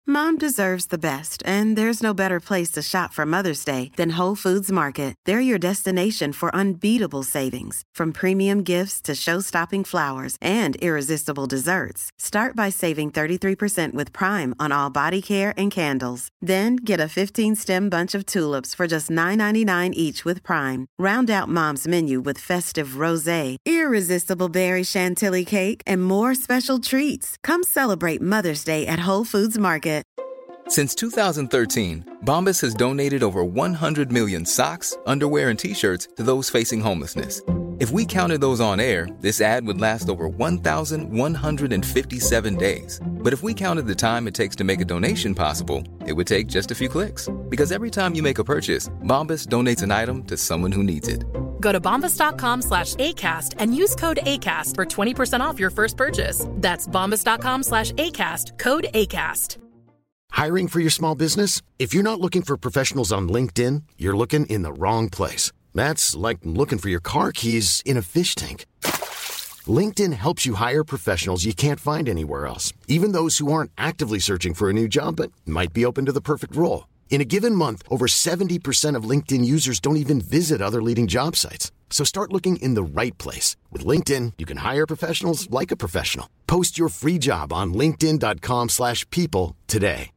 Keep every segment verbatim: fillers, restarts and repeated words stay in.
Mom deserves the best, and there's no better place to shop for Mother's Day than Whole Foods Market. They're your destination for unbeatable savings, from premium gifts to show-stopping flowers and irresistible desserts. Start by saving thirty-three percent with Prime on all body care and candles. Then get a fifteen-stem bunch of tulips for just nine ninety-nine each with Prime. Round out Mom's menu with festive rosé, irresistible berry chantilly cake, and more special treats. Come celebrate Mother's Day at Whole Foods Market. Since two thousand thirteen, Bombas has donated over one hundred million socks, underwear, and T-shirts to those facing homelessness. If we counted those on air, this ad would last over one thousand one hundred fifty-seven days. But if we counted the time it takes to make a donation possible, it would take just a few clicks. Because every time you make a purchase, Bombas donates an item to someone who needs it. Go to bombas.com slash ACAST and use code ACAST for twenty percent off your first purchase. That's bombas.com slash ACAST, code ACAST. Hiring for your small business? If you're not looking for professionals on LinkedIn, you're looking in the wrong place. That's like looking for your car keys in a fish tank. LinkedIn helps you hire professionals you can't find anywhere else, even those who aren't actively searching for a new job but might be open to the perfect role. In a given month, over seventy percent of LinkedIn users don't even visit other leading job sites. So start looking in the right place. With LinkedIn, you can hire professionals like a professional. Post your free job on linkedin.com slash people today.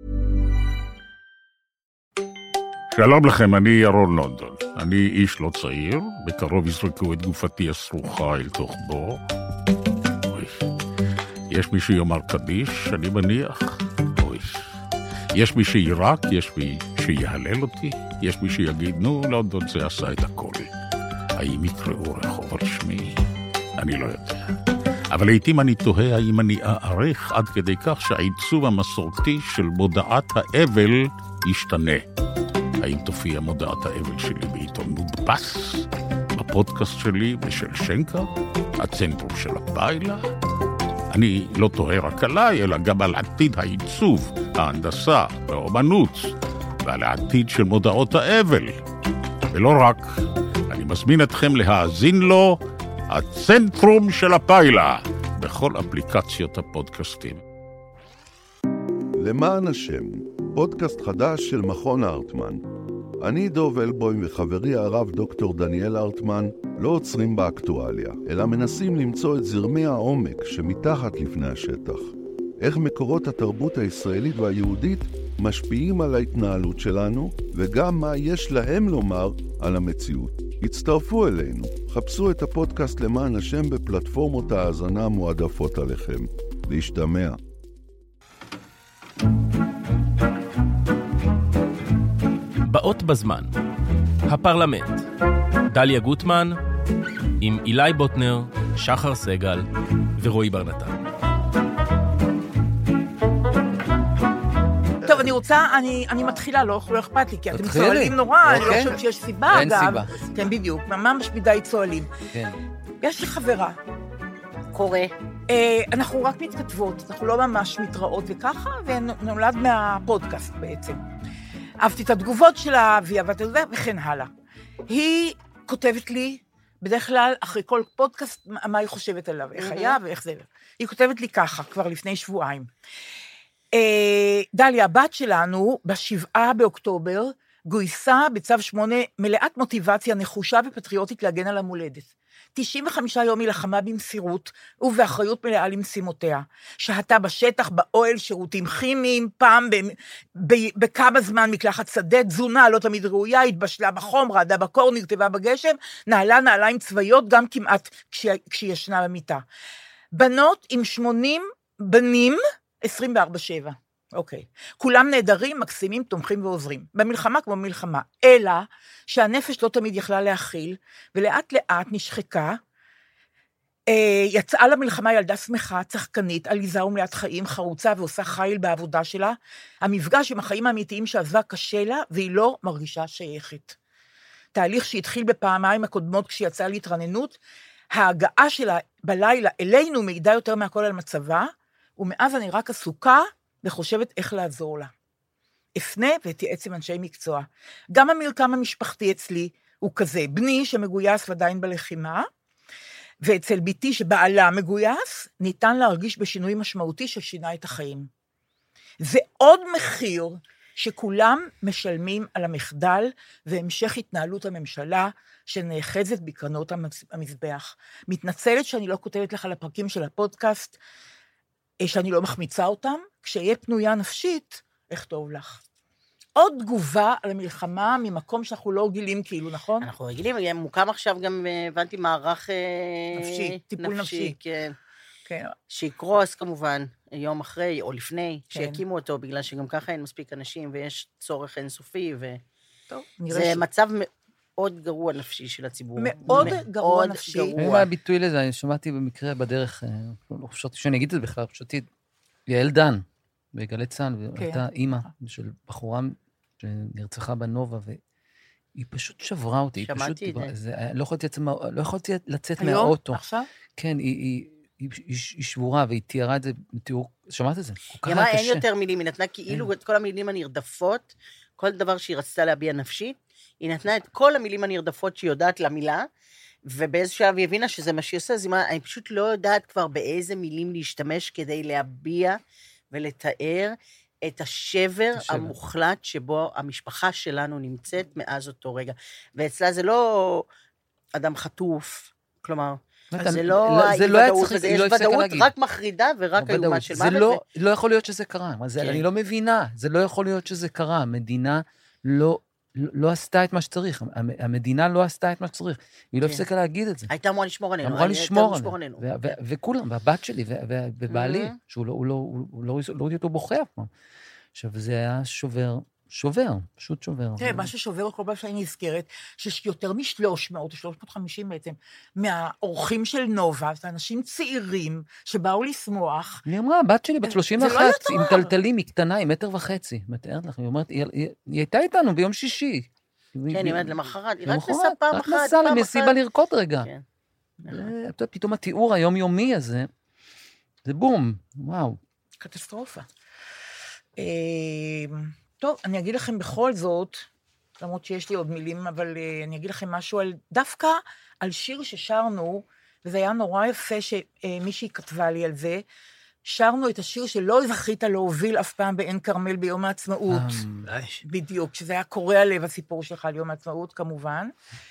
שלום לכם, אני ירון לונדון. אני איש לא צעיר, בקרוב יזרקו את גופתי הסרוכה אל תוך בור. אוי. יש מי שיאמר קדיש, אני מניח. אוי. יש מי שירק, יש מי שיהלל אותי, יש מי שיגיד, נו, לונדון זה עשה את הכל. האם יקראו רחוב על שמי? אני לא יודע. אבל לעתים אני תוהה האם אני אערך עד כדי כך שהעיצוב המסורתי של מודעת האבל ישתנה. האם תופיע מודעת האבל שלי בעיתון מודפס, בפודקאסט שלי בשל שנקה, הצנטרום של הפיילה? אני לא תוהה רק עליי, אלא גם על עתיד העיצוב, ההנדסה והאומנות, ועל העתיד של מודעות האבל. ולא רק, אני מזמין אתכם להאזין לו, הצנטרום של הפיילה, בכל אפליקציות הפודקאסטים. למען השם, פודקאסט חדש של מכון ארטמן. אני דוב אלבוים וחברי הרב דוקטור דניאל ארטמן לא עוצרים באקטואליה, אלא מנסים למצוא את זרמי העומק שמתחת לפני השטח. איך מקורות התרבות הישראלית והיהודית משפיעים על ההתנהלות שלנו, וגם מה יש להם לומר על המציאות. הצטרפו אלינו, חפשו את הפודקאסט למען השם בפלטפורמות ההאזנה המועדפות עליכם. להשתמע. באות בזמן, הפרלמנט, דליה גוטמן, עם אילי בוטנר, שחר סגל ורועי ברנתן. טוב, אני רוצה, אני, אני מתחילה, לא, לא אכפת לי, כי אתם צועלים נורא, אני לא חושבת שיש סיבה, אגב. אין סיבה. כן, בדיוק, ממש מדי צועלים. כן. יש לי חברה. קורה. אנחנו רק מתכתבות, אנחנו לא ממש מתראות וככה, ונולד מהפודקאסט בעצם. אהבתי את התגובות שלה, והיא אהבת את זה, וכן הלאה. היא כותבת לי, בדרך כלל, אחרי כל פודקאסט, מה היא חושבת עליו, איך היה ואיך זה. היא כותבת לי ככה, כבר לפני שבועיים. דליה, הבת שלנו, בשבעה באוקטובר, גויסה בצו שמונה, מלאת מוטיבציה נחושה ופטריוטית להגן על המולדת. תשעים וחמישה יום היא לחמה במסירות ובאחריות מלאה למשימותיה. שהתה בשטח, באוהל, שירותים כימיים, פעם בכמה זמן מקלחת שדה, תזונה לא תמיד ראויה, התבשלה בחום, רעדה בקור, נרטבה בגשם, נעלה נעליים צבאיות גם כמעט כשהיא ישנה במיטה. בנות עם שמונים בנים, עשרים וארבע שבע. אוקיי. כולם נהדרים, מקסימים, תומכים ועוזרים. במלחמה כמו מלחמה. אלא שהנפש לא תמיד יכלה להכיל, ולאט לאט נשחקה, אה, יצאה למלחמה ילדה שמחה, צחקנית, עליזה ומלאת חיים, חרוצה ועושה חיל בעבודה שלה. המפגש עם החיים האמיתיים שעזבה קשה לה, והיא לא מרגישה שייכת. תהליך שהתחיל בפעמיים הקודמות כשיצאה להתרננות, ההגעה שלה בלילה אלינו מעידה יותר מהכל על מצבה, ומאז אני רק עסוקה, וחושבת איך לעזור לה. אפנה ותייעץ עם אנשי מקצוע. גם המרקם המשפחתי אצלי הוא כזה, בני שמגויס ועדיין בלחימה, ואצל ביתי שבעלה מגויס, ניתן להרגיש בשינוי משמעותי ששינה את החיים. זה עוד מחיר שכולם משלמים על המחדל והמשך התנהלות הממשלה שנאחזת בקרנות המזבח. מתנצלת שאני לא כותבת לך לפרקים של הפודקאסט, שאני לא מחמיצה אותם, כשיהיה פנויה נפשית, אכתוב לך. עוד תגובה על המלחמה ממקום שאנחנו לא רגילים כאילו, נכון? אנחנו רגילים, מוקם עכשיו גם, הבנתי, מערך נפשי, טיפול נפשי. כן. כן. שיקרוס כמובן, יום אחרי או לפני, כן. שיקימו אותו, בגלל שגם ככה אין מספיק אנשים, ויש צורך אינסופי, ו... טוב, זה ש... מצב מאוד גרוע נפשי של הציבור. מאוד גרוע נפשי. אין מה הביטוי לזה, אני שמעתי במקרה בדרך, לא חשבתי שאני אגיד את זה בכלל, פשוטי, יעל דן, בגלי צה"ל, והייתה אימא של בחורה שנרצחה בנובה, והיא פשוט שברה אותי. שמעתי את זה. לא יכולתי לצאת מהאוטו. היום? עכשיו? כן, היא... היא שבורה, והיא תיארה את זה, תיאור, שמעת את זה? היא אמרה, אין יותר מילים, היא נתנה כאילו את כל המילים הנרדפות, כל דבר שהיא רצתה להביע נפשית, היא נתנה את כל המילים הנרדפות שהיא יודעת למילה, ובאיזשהו שלב היא הבינה שזה מה שהיא עושה, אז היא אמרה, אני פשוט לא יודעת כבר באיזה מילים להשתמש כדי להביע ולתאר את השבר המוחלט שבו המשפחה שלנו נמצאת מאז אותו רגע. ואצלה זה לא אדם חטוף, כלומר, זה לא האי-ודאות, יש ודאות רק מחרידה ורק איומה של מוות. לא יכול להיות שזה קרה, אני לא מבינה, זה לא יכול להיות שזה קרה, המדינה לא עשתה את מה שצריך, המדינה לא עשתה את מה שצריך, היא לא הפסיקה להגיד את זה. הייתה אמורה לשמור עלינו. אמורה לשמור עלינו, וכולם, והבת שלי ובעלי, שהוא לא ראיתי אותו בוכה אף פעם. עכשיו, זה היה שובר, שובר, פשוט שובר. תראה, מה ששובר כל פעם שאני נזכרת, שיש יותר משלוש מאות, שלוש מאות וחמישים בעצם, מהאורחים של נובה, זה אנשים צעירים שבאו לשמוח. היא אמרה, הבת שלי בת שלושים ואחת, עם טלטלים, היא קטנה, עם מטר וחצי. מתארת לך, היא אומרת, היא הייתה איתנו ביום שישי. כן, היא אומרת, למחרת, היא רק נסעה פעם אחת, פעם אחת. רק נסעה למסיבה לרקוד רגע. פתאום התיאור היומיומי הזה, זה בום, וואו. קטסטרופה. טוב, אני אגיד לכם בכל זאת, למרות שיש לי עוד מילים, אבל uh, אני אגיד לכם משהו על, דווקא על שיר ששרנו, וזה היה נורא יפה שמישהי uh, כתבה לי על זה, שרנו את השיר שלא זכית להוביל אף פעם בעין כרמל ביום העצמאות. בדיוק, שזה היה קורע לב הסיפור שלך על יום העצמאות, כמובן.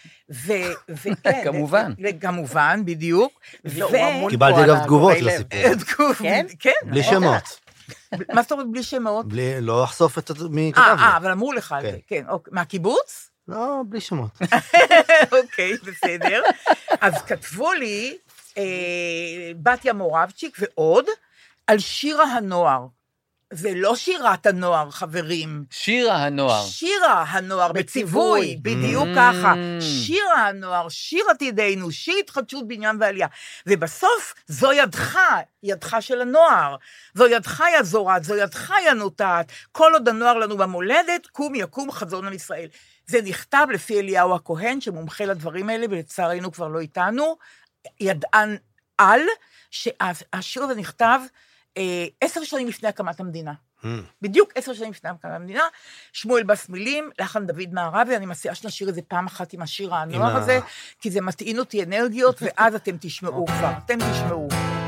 וכן. כמובן. כמובן, בדיוק. קיבלתי אגב תגובות לסיפור. כן? כן. בלי שמות. מה זאת אומרת בלי שמות? בלי, לא לחשוף את מי כתב לי. אה, אבל אמרו לך, כן. מהקיבוץ? לא, בלי שמות. אוקיי, בסדר. אז כתבו לי, בתיה מורבצ'יק ועוד, על שירה הנוער. זה לא שירת הנוער, חברים. שירה הנוער. שירה הנוער, בציווי, בדיוק ככה. שירה הנוער, שיר עתידנו, שיר התחדשות בניין ועלייה. ובסוף, זו ידך, ידך של הנוער. זו ידך יזורת, זו ידך ינותעת. כל עוד הנוער לנו במולדת, קום יקום חזון על ישראל. זה נכתב לפי אליהו הכהן, שמומחה לדברים האלה, ולצערנו כבר לא איתנו, ידען על, שהשיר הזה נכתב, עשר שנים לפני הקמת המדינה. בדיוק עשר שנים לפני הקמת המדינה, שמואל בס מילים, לחן דוד מערבי, אני מציעה שנשיר את זה פעם אחת עם השיר הנוער הזה, כי זה מטעין אותי אנרגיות, ואז אתם תשמעו כבר, אתם תשמעו.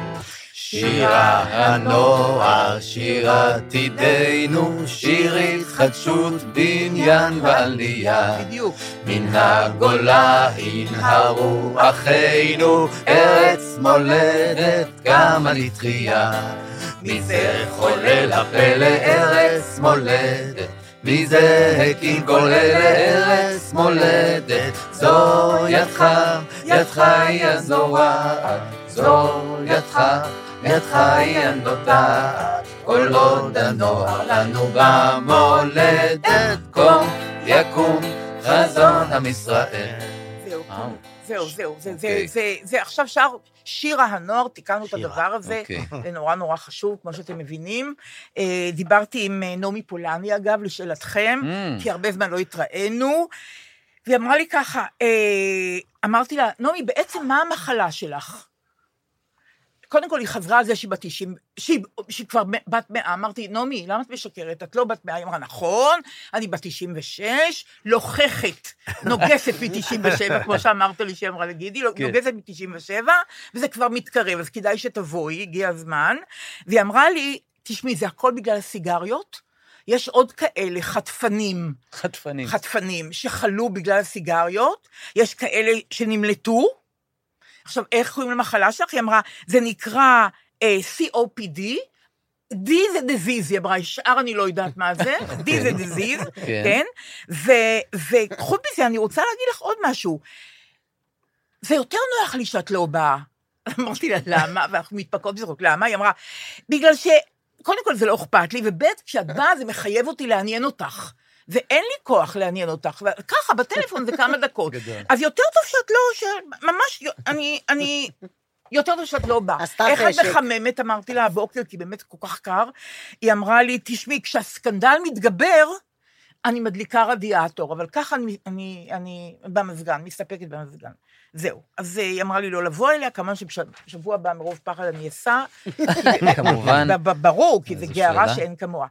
שירה הנוער, שיר עתידנו, שיר התחדשות בניין ועלייה. בדיוק. מן הגולה ינהרו אחינו, ארץ מולדת גם על התחייה. מזה חולל הפלא ארץ מולדת, מזה הקים כל אלה ארץ מולדת. זו ידך, ידך היא הזורעת, זו ידך, ידך היא הנותנת, כל עוד הנוער לנו במולדת, קום יקום חזון עם ישראל. זהו, זהו, זה עכשיו שירה הנוער, תיקנו את הדבר הזה, זה נורא נורא חשוב, כמו שאתם מבינים. דיברתי עם נעמי פולני, אגב, לשאלתכם, כי הרבה זמן לא התראינו, והיא אמרה לי ככה, אמרתי לה, נעמי, בעצם מה המחלה שלך? קודם כל היא חזרה על זה שהיא בת תשעים, שהיא, שהיא כבר בת מאה, אמרתי, נעמי, למה את משקרת? את לא בת מאה, היא אמרה, נכון, אני בת תשעים ושש, לוחכת, נוגסת מ-תשעים ושבע, כמו שאמרת לי שהיא אמרה לגידי, נוגסת מ-תשעים ושבע, וזה כבר מתקרב, אז כדאי שתבואי, הגיע הזמן, והיא אמרה לי, תשמעי, זה הכל בגלל הסיגריות. יש עוד כאלה חטפנים. חטפנים. חטפנים שחלו בגלל הסיגריות. יש כאלה שנמלטו. עכשיו, איך קוראים למחלה שלך? היא אמרה, זה נקרא סי או פי די, D זה disease, היא אמרה, שאר אני לא יודעת מה זה, D זה disease, כן? וחוץ מזה, אני רוצה להגיד לך עוד משהו, זה יותר נוח לי שאת לא באה. אמרתי לה, למה? ואנחנו מתפקעות בזרוק, למה? היא אמרה, בגלל ש... קודם כל זה לא אכפת לי, ובית, כשאת באה זה מחייב אותי לעניין אותך, ואין לי כוח לעניין אותך, וככה, בטלפון זה כמה דקות. אז יותר טוב שאת לא, ממש, אני, אני, יותר טוב שאת לא באה. איך את מחממת, אמרתי לה הבוקר, כי באמת כל כך קר, היא אמרה לי, תשמעי, כשהסקנדל מתגבר, אני מדליקה רדיאטור, אבל ככה אני, אני, אני במזגן, מסתפקת במזגן. זהו. אז היא אמרה לי לא לבוא אליה, כמובן שבשבוע הבא מרוב פחד אני אסע. כמובן. ברור, כי זה גערה שאין כמוה.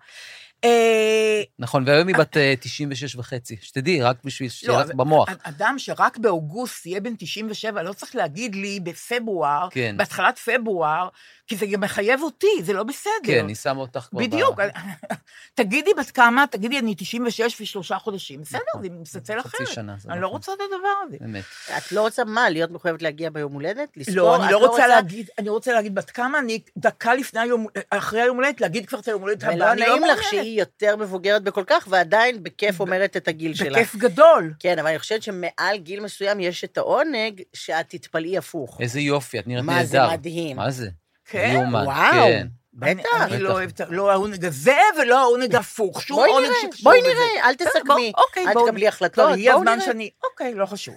נכון, והיום היא בת תשעים ושש וחצי, שתדעי, רק בשביל שתהיה לך במוח. אדם שרק באוגוסט יהיה בן תשעים ושבע, לא צריך להגיד לי בפברואר, בהתחלת פברואר, כי זה גם מחייב אותי, זה לא בסדר. כן, אני שמה אותך כבר. בדיוק, תגידי בת כמה, תגידי אני תשעים ושש ושלושה חודשים, בסדר, זה מסצל אחרת. חצי שנה. אני לא רוצה את הדבר הזה. באמת. את לא רוצה מה, להיות מחויבת להגיע ביום הולדת? לא, אני לא רוצה להגיד, אני רוצה להגיד בת כמה, אני דקה לפני היום, אחרי היום הולדת, להגיד כבר את היום הולדת הבא, ולא נעים לך שהיא יותר מבוגרת בכל כך, ועדיין בכיף אומרת את הגיל שלה. בכיף גדול. כן, אבל אני חושבת שמעל גיל מסוים יש את העונג שאת תתפלאי הפוך. איזה יופי, את נראית נהדר. מה זה מדהים. מה זה? כן? וואו. בטח. אני לא אוהבת, לא העונג הזה ולא העונג הפוך. בואי נראה, בואי נראה, אל תסכמי. אל תקבלי החלטות, בואו נראה. שאני, אוקיי, לא חשוב.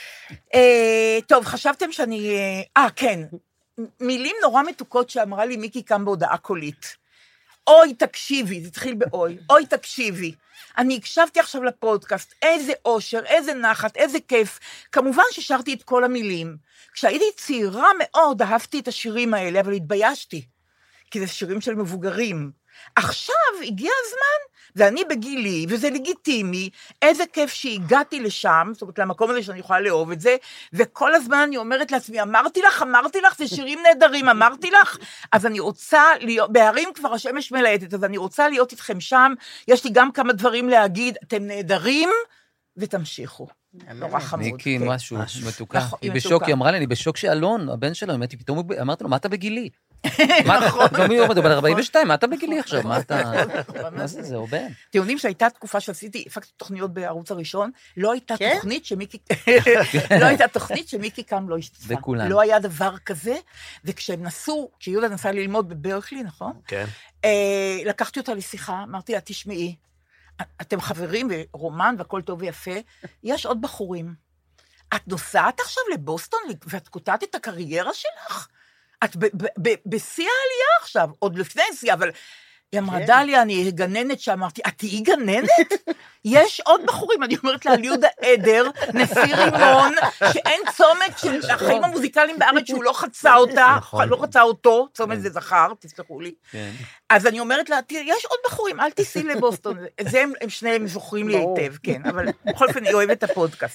טוב, חשבתם שאני, אה, כן, מילים נורא מתוקות שאמרה לי מיקי קם בהודעה קולית. אוי, תקשיבי, זה התחיל באוי, אוי, תקשיבי. אני הקשבתי עכשיו לפודקאסט, איזה אושר, איזה נחת, איזה כיף. כמובן ששרתי את כל המילים. כשהייתי צעירה מאוד, אהבתי את השירים האלה, אבל התביישתי, כי זה שירים של מבוגרים. עכשיו הגיע הזמן, ואני בגילי, וזה לגיטימי, איזה כיף שהגעתי לשם, זאת אומרת, למקום הזה שאני יכולה לאהוב את זה, וכל הזמן אני אומרת לעצמי, אמרתי לך, אמרתי לך, זה שירים נהדרים, אמרתי לך, אז אני רוצה להיות, בהרים כבר השמש מלהטת, אז אני רוצה להיות איתכם שם, יש לי גם כמה דברים להגיד, אתם נהדרים, ותמשיכו. נורא חמוד. ניקי, משהו מתוקה. היא בשוק, היא אמרה לי, אני בשוק שאלון, הבן שלו, אמרתי לו, מה אתה בגילי? נכון. הוא אומר, ארבעים ושתיים, מה אתה בגילי עכשיו? מה אתה... מה זה, זה עובד? אתם יודעים שהייתה תקופה שעשיתי, הפקתי תוכניות בערוץ הראשון, לא הייתה תוכנית שמיקי... לא הייתה תוכנית שמיקי קם לא השתתפה. וכולם. לא היה דבר כזה, וכשהם נסו, כשיהודה נסה ללמוד בברקלי, נכון? כן. לקחתי אותה לשיחה, אמרתי לה, תשמעי, אתם חברים ורומן והכל טוב ויפה, יש עוד בחורים. את נוסעת עכשיו לבוסטון ואת קוטעת את הקריירה שלך? את בשיא העלייה עכשיו, עוד לפני שיא, אבל היא אמרה, דליה, אני גננת שאמרתי, את תהיי גננת? יש עוד בחורים, אני אומרת לה, ליהודה עדר, נשיא רימון, שאין צומת של החיים המוזיקליים בארץ שהוא לא חצה אותה, לא חצה אותו, צומת זה זכר, תסלחו לי. אז אני אומרת לה, יש עוד בחורים, אל תיסעי לבוסטון, זה הם שניהם זוכרים לי היטב, כן, אבל בכל אופן היא אוהבת את הפודקאסט.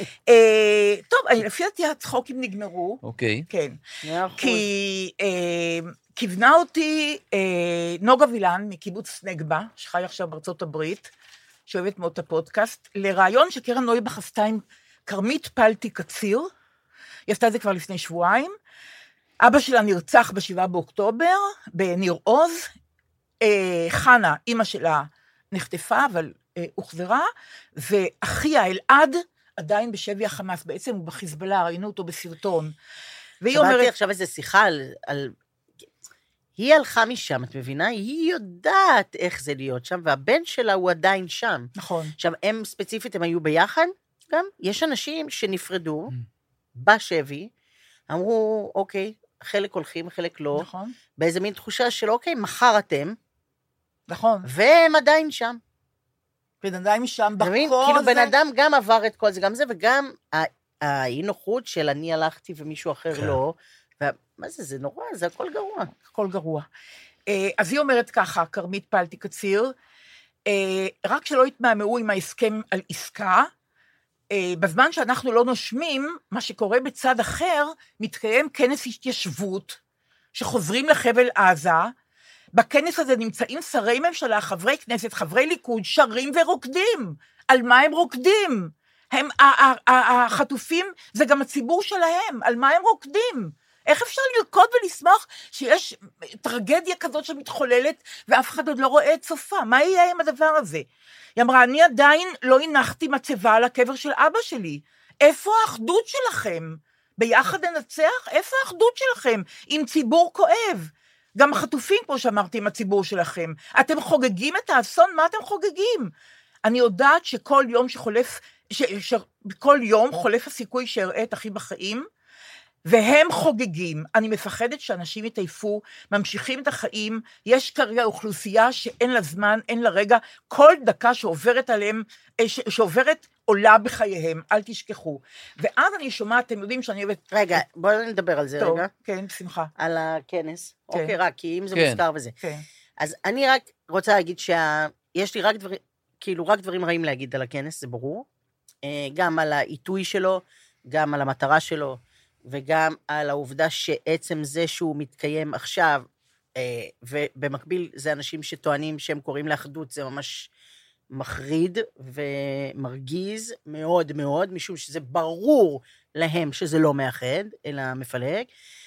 טוב, לפי דעתי הצחוקים נגמרו. אוקיי. כן. כי... כיוונה אותי אה, נוגה וילן מקיבוץ נגבה, שחי עכשיו בארצות הברית, שאוהבת מאוד את הפודקאסט, לרעיון שקרן נויבך עשתה עם קרמית פלטי קציר, היא עשתה את זה כבר לפני שבועיים, אבא שלה נרצח בשבעה באוקטובר, בניר עוז, אה, חנה, אמא שלה נחטפה, אבל אה, הוחזרה, ואחיה אלעד עדיין בשבי החמאס, בעצם הוא בחיזבאללה, ראינו אותו בסרטון. שמעתי אומרת... עכשיו איזו שיחה על... על... היא הלכה משם, את מבינה? היא יודעת איך זה להיות שם, והבן שלה הוא עדיין שם. נכון. עכשיו, הם ספציפית, הם היו ביחד, גם יש אנשים שנפרדו, בשבי, אמרו, אוקיי, חלק הולכים, חלק לא, נכון. באיזה מין תחושה של, אוקיי, מחר אתם, נכון. והם עדיין שם. בן אדם שם בכל זה. כאילו, בן אדם גם עבר את כל זה, גם זה, וגם האי נוחות של אני הלכתי ומישהו אחר לא, מה זה, זה נורא, זה הכל גרוע. הכל גרוע. אז היא אומרת ככה, קרמית פלטי קציר, רק שלא יתמהמהו עם ההסכם על עסקה, בזמן שאנחנו לא נושמים, מה שקורה בצד אחר, מתקיים כנס התיישבות, שחוזרים לחבל עזה, בכנס הזה נמצאים שרי ממשלה, חברי כנסת, חברי ליכוד, שרים ורוקדים. על מה הם רוקדים? הם, החטופים, זה גם הציבור שלהם, על מה הם רוקדים? איך אפשר לרקוד ולשמוח שיש טרגדיה כזאת שמתחוללת, ואף אחד עוד לא רואה את סופה? מה יהיה עם הדבר הזה? היא אמרה, אני עדיין לא הנחתי מצבה על הקבר של אבא שלי. איפה האחדות שלכם? ביחד ננצח? איפה האחדות שלכם? עם ציבור כואב. גם החטופים, כמו שאמרתי, עם הציבור שלכם. אתם חוגגים את האסון? מה אתם חוגגים? אני יודעת שכל יום שחולף, ש, ש, כל יום חולף הסיכוי שאראה את אחי בחיים, והם חוגגים. אני מפחדת שאנשים יתעייפו, ממשיכים את החיים, יש כרגע אוכלוסייה שאין לה זמן, אין לה רגע, כל דקה שעוברת עליהם, ש, שעוברת עולה בחייהם, אל תשכחו. ואז אני שומעת, אתם יודעים שאני אוהבת... רגע, בואו נדבר על זה טוב, רגע. כן, בשמחה. על הכנס. כן. אוקיי, רק, כי אם זה כן. מוזכר וזה. כן. אז אני רק רוצה להגיד שיש לי רק דברים, כאילו רק דברים רעים להגיד על הכנס, זה ברור. גם על העיתוי שלו, גם על המטרה שלו, וגם על העובדה שעצם זה שהוא מתקיים עכשיו, ובמקביל זה אנשים שטוענים שהם קוראים לאחדות, זה ממש מחריד ומרגיז מאוד מאוד, משום שזה ברור להם שזה לא מאחד, אלא מפלג.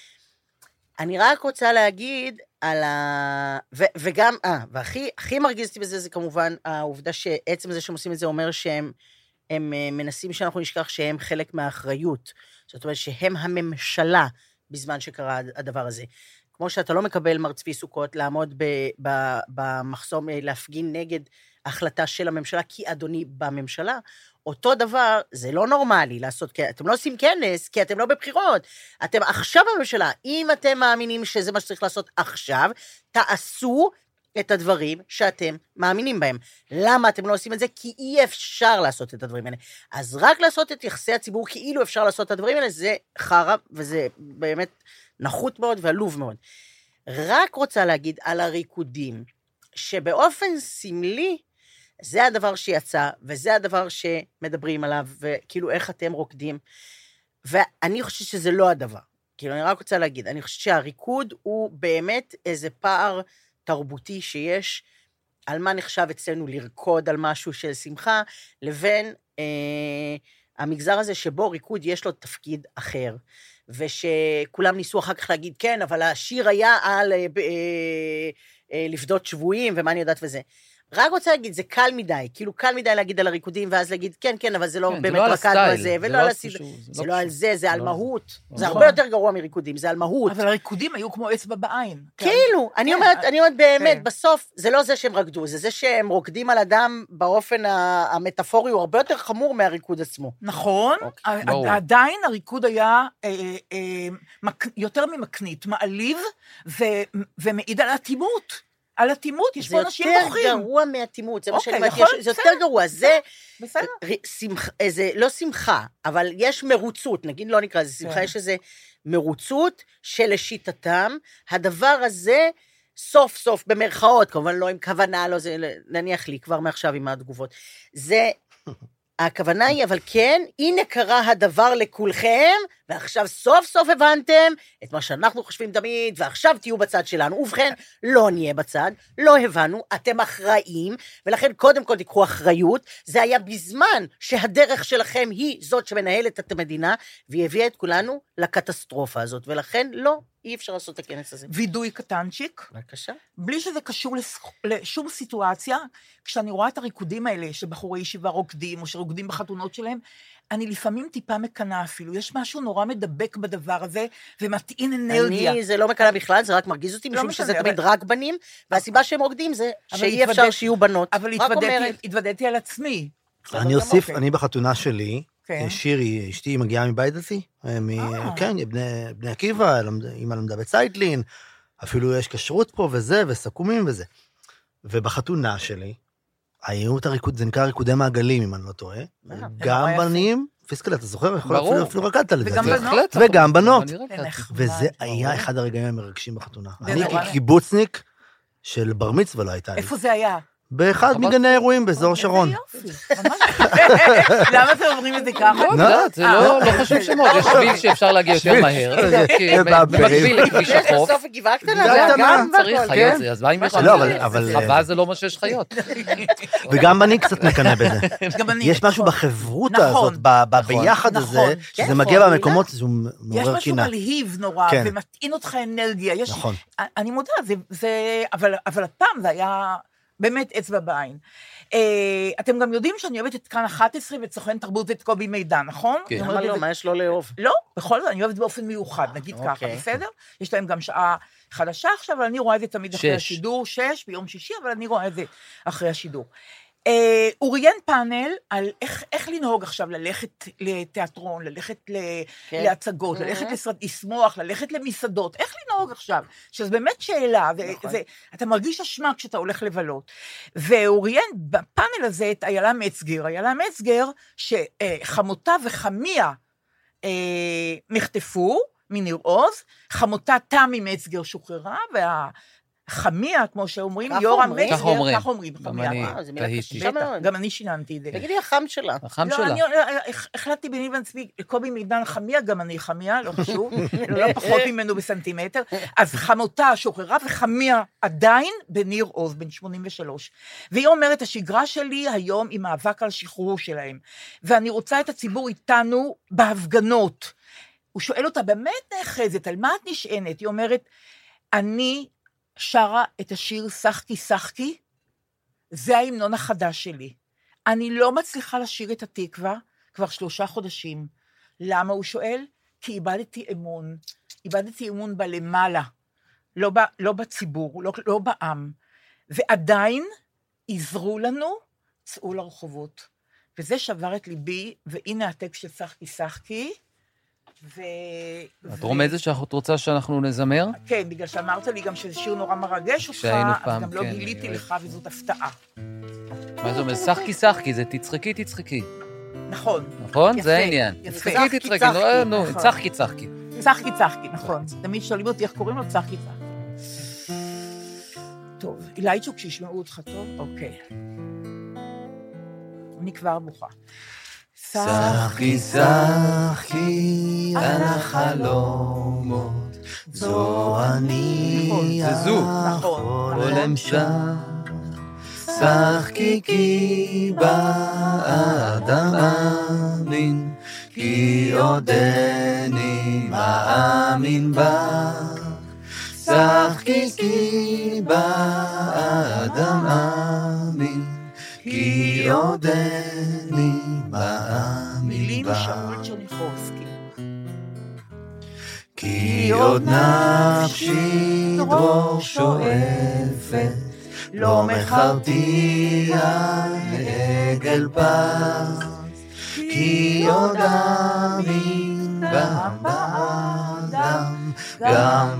אני רק רוצה להגיד על ה... ו- וגם, אה, והכי הכי מרגיזתי בזה זה כמובן העובדה שעצם זה שהם עושים את זה אומר שהם הם מנסים שאנחנו נשכח שהם חלק מהאחריות. זאת אומרת שהם הממשלה בזמן שקרה הדבר הזה. כמו שאתה לא מקבל מר צבי סוכות לעמוד ב- ב- במחסום, להפגין נגד החלטה של הממשלה, כי אדוני בממשלה, אותו דבר, זה לא נורמלי לעשות, אתם לא עושים כנס, כי אתם לא בבחירות, אתם עכשיו בממשלה, אם אתם מאמינים שזה מה שצריך לעשות עכשיו, תעשו את הדברים שאתם מאמינים בהם. למה אתם לא עושים את זה? כי אי אפשר לעשות את הדברים האלה. אז רק לעשות את יחסי הציבור, כאילו אפשר לעשות את הדברים האלה, זה חרב, וזה באמת נחות מאוד ועלוב מאוד. רק רוצה להגיד על הריקודים, שבאופן סמלי, זה הדבר שיצא, וזה הדבר שמדברים עליו, וכאילו איך אתם רוקדים, ואני חושבת שזה לא הדבר. כאילו, אני רק רוצה להגיד, אני חושבת שהריקוד הוא באמת איזה פער תרבותי שיש, על מה נחשב אצלנו לרקוד על משהו של שמחה, לבין אה, המגזר הזה שבו ריקוד יש לו תפקיד אחר, ושכולם ניסו אחר כך להגיד, כן, אבל השיר היה על אה, אה, אה, לפדות שבויים, ומה אני יודעת וזה. רק רוצה להגיד, זה קל מדי, כאילו קל מדי להגיד על הריקודים, ואז להגיד, כן, כן, אבל זה לא באמת רקד בזה, ולא על הסדר, זה לא על זה, זה על מהות, זה הרבה יותר גרוע מריקודים, זה על מהות. אבל הריקודים היו כמו אצבע בעין. כאילו, אני אומרת, אני אומרת באמת, בסוף, זה לא זה שהם רקדו, זה זה שהם רוקדים על אדם באופן המטאפורי, הוא הרבה יותר חמור מהריקוד עצמו. נכון, עדיין הריקוד היה יותר ממקנית, מעליב ומעיד על אטימות. על אטימות, יש פה אנשים בוכים. זה יותר גרוע מאטימות, זה מה שאני אומרת, זה יותר גרוע, זה לא שמחה, אבל יש מרוצות, נגיד לא נקרא, זה שמחה, יש איזה מרוצות שלשיטתם, הדבר הזה סוף סוף, במרכאות, כמובן לא עם כוונה, לא זה, נניח לי כבר מעכשיו עם התגובות, זה... הכוונה היא, אבל כן, הנה קרה הדבר לכולכם, ועכשיו סוף סוף הבנתם את מה שאנחנו חושבים תמיד, ועכשיו תהיו בצד שלנו. ובכן, לא נהיה בצד, לא הבנו, אתם אחראים, ולכן קודם כל תיקחו אחריות, זה היה בזמן שהדרך שלכם היא זאת שמנהלת את המדינה, והיא הביאה את כולנו לקטסטרופה הזאת, ולכן לא, אי אפשר לעשות את הכנס הזה. וידוי קטנצ'יק. בבקשה. בלי שזה קשור לשום סיטואציה, כשאני רואה את הריקודים האלה, שבחורי ישיבה רוקדים, או שרוקדים בחתונות שלהם, אני לפעמים טיפה מקנה אפילו, יש משהו נורא מדבק בדבר הזה, ומטעין אנרגיה. אני, זה לא מקנה בכלל, זה רק מרגיז אותי, משום שזה תמיד רק בנים, והסיבה שהם רוקדים זה שאי אפשר שיהיו בנות. אבל התוודעתי על עצמי. אני אוסיף, אני בחתונה שלי, שירי, אשתי מגיעה מבית דתי, כן, בני עקיבא, אמא למדה בצייטלין, אפילו יש כשרות פה וזה, וסכומים וזה. ובחתונה שלי, היו את הריקוד, זה נקרא ריקודי מעגלים, אם אני לא טועה, גם בנים, פיסקל, אתה זוכר? ברור. אפילו רקדת לזה. וגם בנות. וגם בנות. וזה היה אחד הרגעים המרגשים בחתונה. אני כקיבוצניק של בר מצווה לא הייתה לי. איפה זה היה? באחד מגני האירועים באזור שרון. איזה יופי, ממש. למה אתם אומרים את זה ככה? לא, יודעת, זה לא חשוב שמות, יש שביל שאפשר להגיע יותר מהר, במקביל לכביש החוף. בסוף גבעה קטנה, גם צריך חיות, אז מה אם יש חווה זה לא מה שיש חיות. וגם אני קצת מקנא בזה. יש משהו בחברותה הזאת, ביחד הזה, שזה מגיע במקומות, זה מעורר קינה. יש משהו מלהיב נורא, ומטעין אותך אנרגיה. נכון. אני מודה, אבל הפעם זה היה באמת אצבע בעין. אתם גם יודעים שאני אוהבת את כאן אחת עשרה ואת סוכן תרבות ואת קובי מידע, נכון? למה לא? מה יש לו לאהוב? לא, בכל זאת, אני אוהבת באופן מיוחד, נגיד ככה, בסדר? יש להם גם שעה חדשה עכשיו, אבל אני רואה את זה תמיד אחרי השידור, שש ביום שישי, אבל אני רואה את זה אחרי השידור. הוא ראיין פאנל על איך לנהוג עכשיו, ללכת לתיאטרון, ללכת להצגות, ללכת לשמוח, ללכת למסעדות, איך לנהוג עכשיו? שזו באמת שאלה, אתה מרגיש אשמה כשאתה הולך לבלות. והוא ראיין בפאנל הזה את איילה מצגר, איילה מצגר שחמותה וחמיה נחטפו מניר עוז, חמותה תמי מצגר שוחררה, וה... חמיה, כמו שאומרים, יורם מצגר, כך אומרים, כך אומרים, גם אני שיננתי את זה. תגידי, החם שלה. החם שלה. לא, אני החלטתי ביני ועצמי, קובי מידן חמיה, גם אני חמיה, לא חשוב, לא פחות ממנו בסנטימטר, אז חמותה שוחררה, וחמיה עדיין בניר עוז, בן שמונים ושלוש. והיא אומרת, השגרה שלי היום היא מאבק על שחרור שלהם, ואני רוצה את הציבור איתנו בהפגנות. הוא שואל אותה, באמת נאחזת, על מה את נשענת? היא אומרת, אני שרה את השיר שחקי שחקי, זה ההמנון החדש שלי. אני לא מצליחה לשיר את התקווה כבר שלושה חודשים. למה הוא שואל? כי איבדתי אמון. איבדתי אמון בלמעלה, לא, ב, לא בציבור, לא, לא בעם. ועדיין עזרו לנו, צאו לרחובות. וזה שבר את ליבי, והנה הטקסט של שחקי שחקי, ו... את רומזת שאת רוצה שאנחנו נזמר? כן, בגלל שאמרת לי גם שזה שיר נורא מרגש אותך, אז גם לא גיליתי לך, וזאת הפתעה. מה זה אומר? שחקי שחקי, זה תצחקי תצחקי. נכון. נכון? זה העניין. תצחקי תצחקי, נו, צחקי צחקי. צחקי צחקי, נכון. תמיד שואלים אותי איך קוראים לו צחקי צחקי. טוב, אילייצ'וק שישמעו אותך טוב? אוקיי. אני כבר בוכה. שחקי שחקי על החלומות, זו אני החולם שם. שחקי כי באדם אמין, כי עודני מאמין בך. שחקי כי באדם אמין, כי עודני מאמין בך. כי עוד נפשי דרור שואפת, לא מכרתי העגל פס. כי עוד אמין גם באדם, גם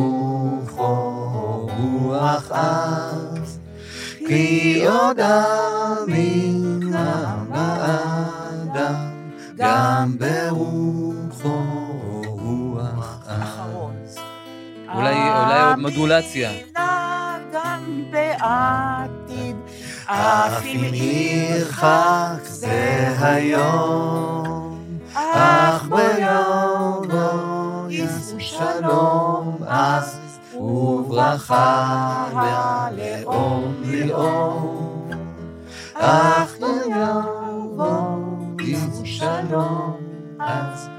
ברוחו רוח אז. כי עוד אמין גם באדם, גם ברוחו רוח אז. אולי מודולציה. גם בעתיד, אף אם ירחק זה היום, אך ביום בו יעשו שלום אז, וברכה ללאום ללאום. אך ביום בו יעשו שלום אז,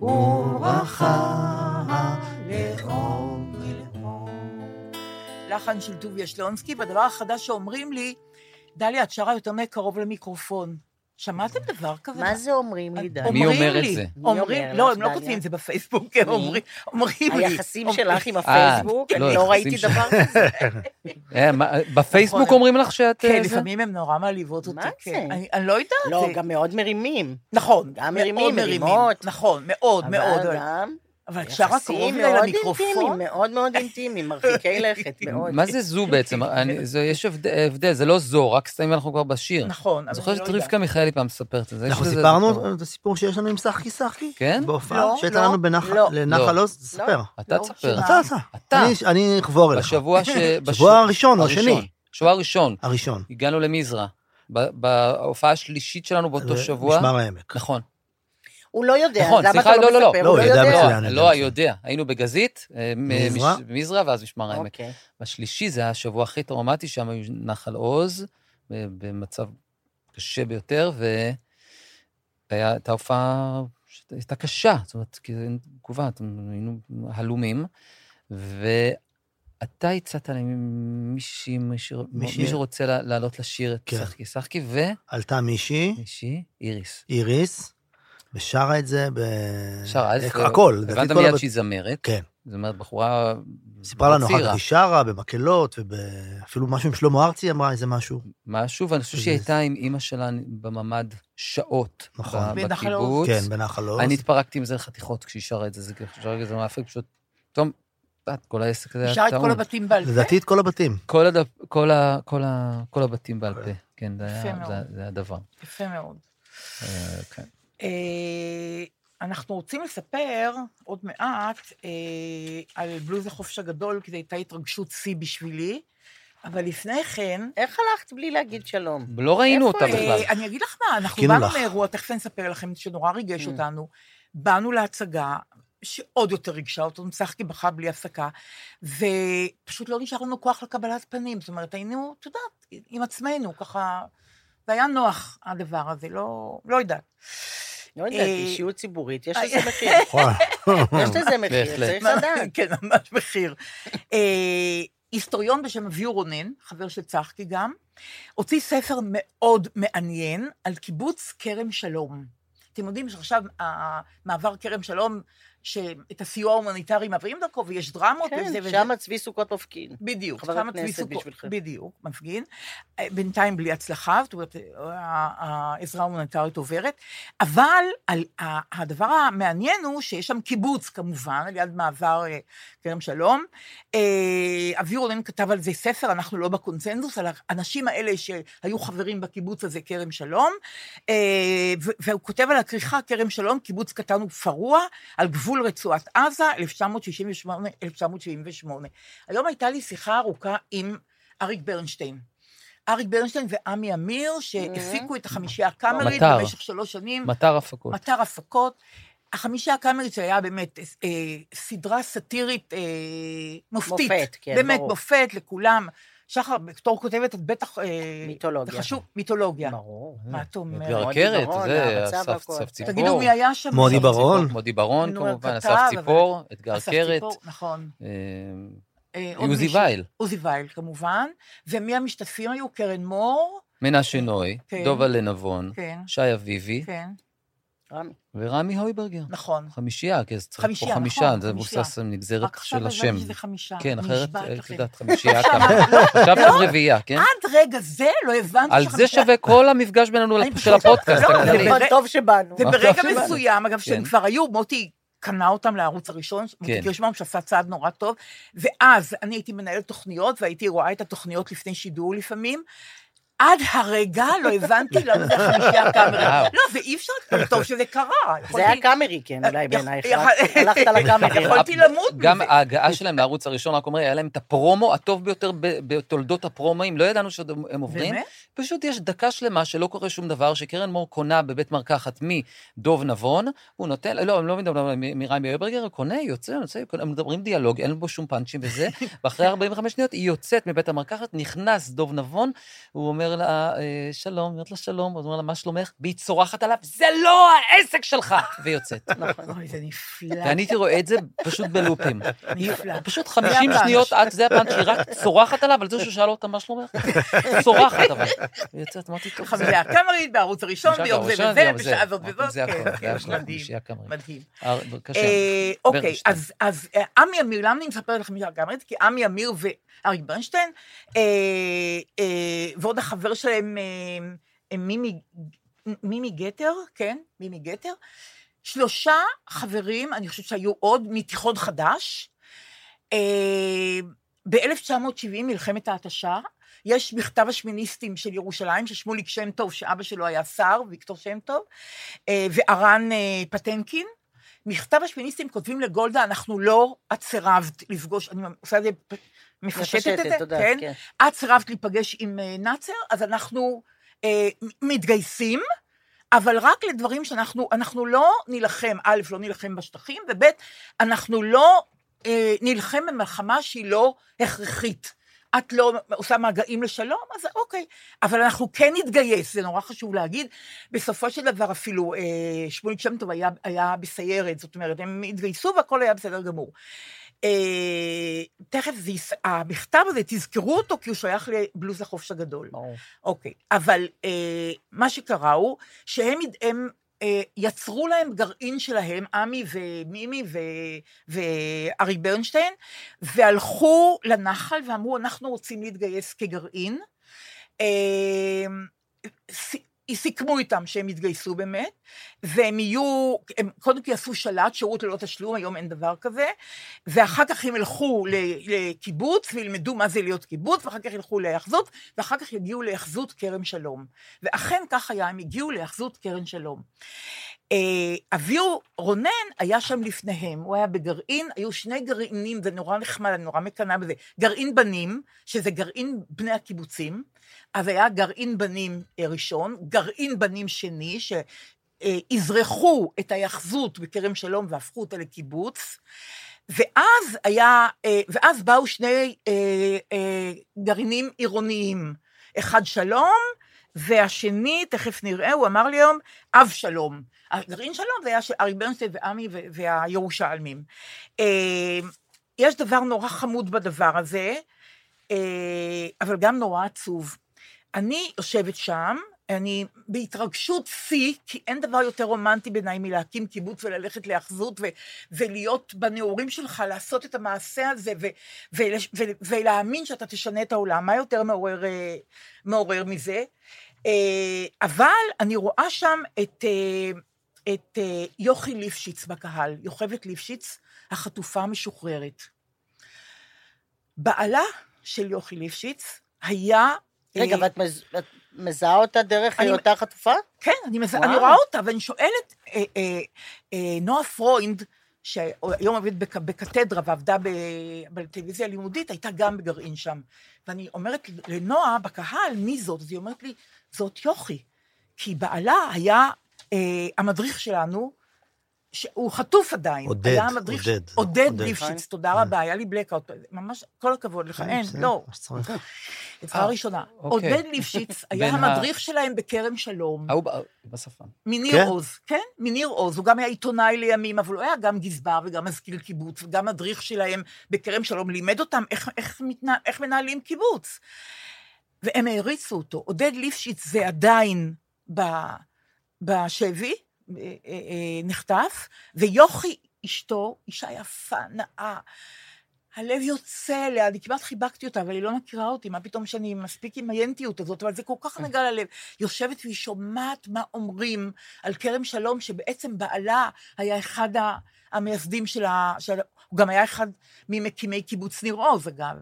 וברכה ללאום ללאום. לחן של טוביה שלונסקי, והדבר החדש שאומרים לי, דליה, את שרה יותר מקרוב למיקרופון. שמעתם דבר כזה? מה זה אומרים לי, דליה? מי אומר את זה? לא, הם לא כותבים את זה בפייסבוק, הם אומרים לי. היחסים שלך עם הפייסבוק, אני לא ראיתי דבר כזה. בפייסבוק אומרים לך שאת... כן, לפעמים הם נורא מעליבות אותי. מה זה? אני לא יודעת. לא, גם מאוד מרימים. נכון. גם מרימים, מרימות. נכון, מאוד, מאוד. אבל גם... אבל את שרה קרוב לי למיקרופון? מאוד מאוד אינטימיים, מרחיקי לכת, מאוד. מה זה זו בעצם? יש הבדל, זה לא זו, רק סתם אנחנו כבר בשיר. נכון. אני זוכרת שאת רבקה מיכאלי פעם מספרת את זה. אנחנו סיפרנו את הסיפור שיש לנו עם שחקי שחקי? כן? בהופעה שהייתה לנו לנחל עוז, תספר. אתה תספר. אתה, אתה. אני אחבור אליך. בשבוע ש... בשבוע הראשון או השני. שבוע הראשון. הראשון. הגענו למזרע. בהופעה השלישית שלנו באותו שבוע. משמר העמק. נכון. הוא לא יודע, נכון, למה סליחה, אתה לא לא, לא, מספר? לא, הוא הוא לא יודע יודע. מצוין. לא, יודע. היינו בגזית, מזרע? מזרע, ואז משמר העמק. אוקיי. בשלישי זה היה השבוע הכי טראומטי, שם היו נחל עוז, במצב קשה ביותר, והייתה הופעה, הייתה קשה, זאת אומרת, כי זה תגובה, היינו הלומים, ואתה הצעת להם מישהי, מי שרוצה לעלות לשיר את שחקי, שחקי, ו... עלתה מישהי. מישהי, איריס. איריס. ושרה את זה ב... שרה, הכל. הבנת מיד שהיא זמרת. כן. זאת אומרת, בחורה... סיפרה לנו אחר כך, היא שרה במקלות, ואפילו משהו עם שלמה ארצי אמרה איזה משהו. משהו, ואני חושב שהיא הייתה עם אמא שלה בממד שעות. נכון. בקיבוץ. כן, בנחל עוז. אני התפרקתי עם זה לחתיכות כשהיא שרה את זה, זה שרה את זה מאפק פשוט... טוב, כל העסק הזה היה טעון. שרה את כל הבתים בעל פה? לדעתי את כל הבתים. כל הבתים בעל פה. כן, זה היה הדבר. יפה מאוד. כן. אנחנו רוצים לספר עוד מעט על בלוז החופש הגדול, כי זו הייתה התרגשות שיא בשבילי, אבל לפני כן... איך הלכת בלי להגיד שלום? לא ראינו אותה בכלל. אני אגיד לך מה, אנחנו באנו מאירוע, תכף אני אספר לכם, שנורא ריגש אותנו, באנו להצגה, שעוד יותר ריגשה אותנו, שחקי בכה בלי הפסקה, ופשוט לא נשאר לנו כוח לקבלת פנים, זאת אומרת, היינו, את יודעת, עם עצמנו, ככה, זה היה נוח, הדבר הזה, לא יודעת. לא יודעת, אישיות ציבורית, יש לזה מחיר. יש לזה מחיר, צריך לדעת. כן, ממש מחיר. היסטוריון בשם אביהו רונן, חבר של צחקי גם, הוציא ספר מאוד מעניין על קיבוץ כרם שלום. אתם יודעים שעכשיו המעבר כרם שלום, שאת הסיוע ההומניטרי מעברים דרכו, ויש דרמות וזה וזה. שם צבי סוכות מפגין. בדיוק. חבר הכנסת בשבילכם. בדיוק, מפגין. בינתיים בלי הצלחה, זאת אומרת, העזרה ההומניטרית עוברת, אבל הדבר המעניין הוא שיש שם קיבוץ, כמובן, על יד מעבר כרם שלום. אביהו רונן כתב על זה ספר, אנחנו לא בקונצנזוס, על האנשים האלה שהיו חברים בקיבוץ הזה, כרם שלום, והוא כותב על הכריכה, כרם שלום, קיבוץ קטן ופרוע, על גבול רצועת עזה, אלף תשע מאות שישים ושמונה אלף תשע מאות שבעים ושמונה. היום הייתה לי שיחה ארוכה עם אריק ברנשטיין. אריק ברנשטיין ועמי אמיר, שהפיקו את החמישייה הקאמרית במשך שלוש שנים. מטר הפקות. מטר הפקות. החמישייה הקאמרית שהיה באמת אה, סדרה סאטירית אה, מופתית. מופת, כן, באמת ברור. מופת לכולם. שחר, בתור כותבת, את בטח... מיתולוגיה. זה חשוב, מיתולוגיה. ברור. מה אתה אומר? אתגר הקרת, זה, אסף ציפור. תגידו מי היה שם. מודי ברון. מודי ברון, כמובן, אסף ציפור, אתגר הקרת. נכון. עוזי וייל. עוזי וייל, כמובן. ומי המשתתפים היו? קרן מור. מנשה נוי, דובה לנבון, שי אביבי. כן. רמי. ורמי הויברגר. נכון. חמישייה, כי זה צריך פה חמישה, זה מבוסס נגזרת של השם. רק עכשיו הבנתי שזה חמישה. כן, אחרת, את יודעת, חמישייה כמה. עכשיו את רביעייה, כן? עד רגע זה לא הבנתי על זה שווה כל המפגש בינינו של הפודקאסט. טוב שבאנו. וברגע מסוים, אגב, שהם כבר היו, מוטי קנה אותם לערוץ הראשון, מוטי קירשמן שעשה צעד נורא טוב, ואז אני הייתי מנהלת תוכניות, והייתי רואה את התוכניות לפני שידור לפעמים, עד הרגע לא הבנתי למה זה חמישייה הקאמרי. לא, זה אי אפשר, טוב שזה קרה. זה היה קאמרי, כן, אולי בעינייך. הלכת לקאמרי. יכולתי למות מזה. גם ההגעה שלהם לערוץ הראשון, רק אומר, היה להם את הפרומו הטוב ביותר בתולדות הפרומואים, לא ידענו שהם עוברים. פשוט יש דקה שלמה שלא קורה שום דבר, שקרן מור קונה בבית מרקחת מדוב נבון, הוא נותן, לא, הם לא מדברים מרמי הויברגר, הוא קונה, יוצא, יוצא, הם מדברים דיאלוג, אין בו שום פאנצ'ים וזה, ואחרי ארבעים וחמש שניות היא יוצאת מבית המרקחת, נכנס דוב נבון, הוא אומר לה, שלום, אומרת לה שלום, הוא אומר לה, מה שלומך? והיא צורחת עליו, זה לא העסק שלך! ויוצאת. אוי, זה נפלא. ואני הייתי רואה את זה פשוט בלופים. פשוט חמישים שניות עד זה הפאנץ' שהיא רק צורחת עליו, על זה שהוא שאל אותה, מה שלומך? צורחת אבל. ויוצאת, אמרתי, טוב. חמישייה הקאמרית בערוץ הראשון, ביום זה וזה, בשעה זאת וזאת. זה הכל, זה היה שלום, חמישייה הקאמרית. מדהים. בבקשה. אוקיי, אז עמי אמיר, למה אני מספר על חמישייה הקאמרית? כי עמי אמיר ואריק ברנשטיין, ועוד החבר שלהם, מימי, מימי גטר, כן, מימי גטר, שלושה חברים, אני חושבת שהיו עוד, מתיכון חדש, ב-אלף תשע מאות שבעים, מלחמת ההתשה, יש מכתב השמיניסטים של ירושלים, ששמוליק שם טוב, שאבא שלו היה שר, ויקטור שם טוב, וארן פטנקין, מכתב השמיניסטים כותבים לגולדה, אנחנו לא את סירבת לפגוש, אני עושה את זה מפשטת את זה, כן? את סירבת להיפגש עם נאצר, אז אנחנו מתגייסים, אבל רק לדברים שאנחנו, אנחנו לא נלחם, א', לא נלחם בשטחים, וב', אנחנו לא נלחם במלחמה שהיא לא הכרחית. את לא עושה מגעים לשלום, אז אוקיי, אבל אנחנו כן נתגייס, זה נורא חשוב להגיד, בסופו של דבר אפילו אה, שמואל שם טוב היה, היה בסיירת, זאת אומרת, הם התגייסו והכל היה בסדר גמור. אה, תכף זה, המכתב הזה, תזכרו אותו, כי הוא שייך לבלוז החופש הגדול. אוקיי, אבל אה, מה שקרה הוא, שהם הם, יצרו להם גרעין שלהם, עמי ומימי וארי ברנשטיין, והלכו לנחל ואמרו, אנחנו רוצים להתגייס כגרעין, סיכמו איתם שהם יתגייסו באמת, והם יהיו, הם קודם כי עשו שלט, שירות ללא תשלום, היום אין דבר כזה, ואחר כך הם ילכו לקיבוץ, וילמדו מה זה להיות קיבוץ, ואחר כך ילכו להיאחזות, ואחר כך יגיעו להיאחזות כרם שלום. ואכן כך היה, הם הגיעו להיאחזות כרם שלום. אביו רונן היה שם לפניהם, הוא היה בגרעין, היו שני גרעינים, זה נורא נחמד, אני נורא מקנה בזה, גרעין בנים, שזה גרעין בני הקיבוצים, אז היה גרעין בנים ראשון, גרעין בנים שני, שהזרחו את היחזות בכרם שלום והפכו אותה לקיבוץ, ואז היה, ואז באו שני גרעינים עירוניים, אחד שלום, והשני, תכף נראה, הוא אמר לי היום, אב שלום. הגרעין שלום זה היה של ארי ברנשטיין ועמי והירושלמים. יש דבר נורא חמוד בדבר הזה, אבל גם נורא עצוב. אני יושבת שם, אני בהתרגשות שיא, כי אין דבר יותר רומנטי בעיניי מלהקים קיבוץ וללכת להאחזות, ו- ולהיות בנעורים שלך, לעשות את המעשה הזה, ו- ו- ו- ולהאמין שאתה תשנה את העולם. מה יותר מעורר, מעורר מזה? אבל אני רואה שם את, את יוכי ליפשיץ בקהל, יוכבת ליפשיץ, החטופה המשוחררת. בעלה של יוכי ליפשיץ היה... רגע, ואת מז... מזהה אותה דרך אני... אותה חטופה? כן, אני, מז... אני רואה אותה, ואני שואלת, אה, אה, אה, נועה פרוינד, שהיום עובדת בק... בקתדרה, ועבדה ב... בטלוויזיה הלימודית, הייתה גם בגרעין שם. ואני אומרת לנועה בקהל, מי זאת? אז היא אומרת לי, זאת יוכי. כי בעלה היה אה, המדריך שלנו, שהוא חטוף עדיין. עודד, היה המדריך, עודד. עודד ליפשיץ, תודה רבה, היה לי בלקאוט, ממש כל הכבוד לך, אין, לא. עצרה ראשונה. עודד ליפשיץ היה המדריך שלהם בכרם שלום. הוא בשפה. מניר עוז, כן? מניר עוז, הוא גם היה עיתונאי לימים, אבל הוא היה גם גזבר וגם מזכיר קיבוץ, וגם מדריך שלהם בכרם שלום, לימד אותם איך מנהלים קיבוץ. והם העריצו אותו. עודד ליפשיץ זה עדיין בשבי, נחטף, ויוכי אשתו, אישה יפה, נאה, הלב יוצא אליה, אני כמעט חיבקתי אותה, אבל היא לא מכירה אותי, מה פתאום שאני מספיק עם היינטיות הזאת, אבל זה כל כך נגע ללב, יושבת והיא שומעת מה אומרים על כרם שלום, שבעצם בעלה היה אחד המייסדים שלה, של... הוא גם היה אחד ממקימי קיבוץ ניר עוז, אגב.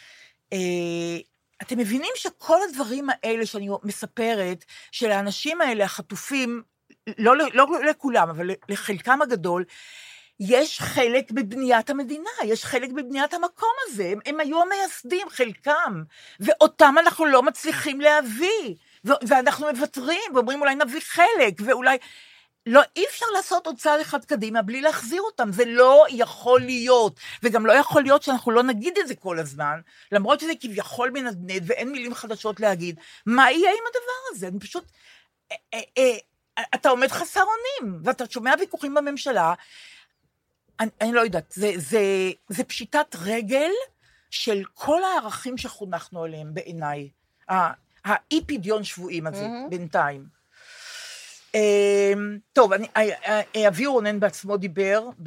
אתם מבינים שכל הדברים האלה שאני מספרת, של האנשים האלה, החטופים, לא, לא, לא לכולם, אבל לחלקם הגדול, יש חלק בבניית המדינה, יש חלק בבניית המקום הזה, הם, הם היו המייסדים, חלקם, ואותם אנחנו לא מצליחים להביא, ו- ואנחנו מוותרים, ואומרים אולי נביא חלק, ואולי, לא, אי אפשר לעשות עוד צעד אחד קדימה, בלי להחזיר אותם, זה לא יכול להיות, וגם לא יכול להיות שאנחנו לא נגיד את זה כל הזמן, למרות שזה כביכול מנדנד, ואין מילים חדשות להגיד, מה יהיה עם הדבר הזה? אני פשוט, אה, אה, אה, אתה עומד חסר אונים, ואתה שומע ויכוחים בממשלה, אני, אני לא יודעת, זה, זה, זה פשיטת רגל של כל הערכים שחונכנו עליהם בעיניי, האי פדיון שבועים הזה, mm-hmm. בינתיים. טוב, אני, אבי רונן בעצמו דיבר, ב...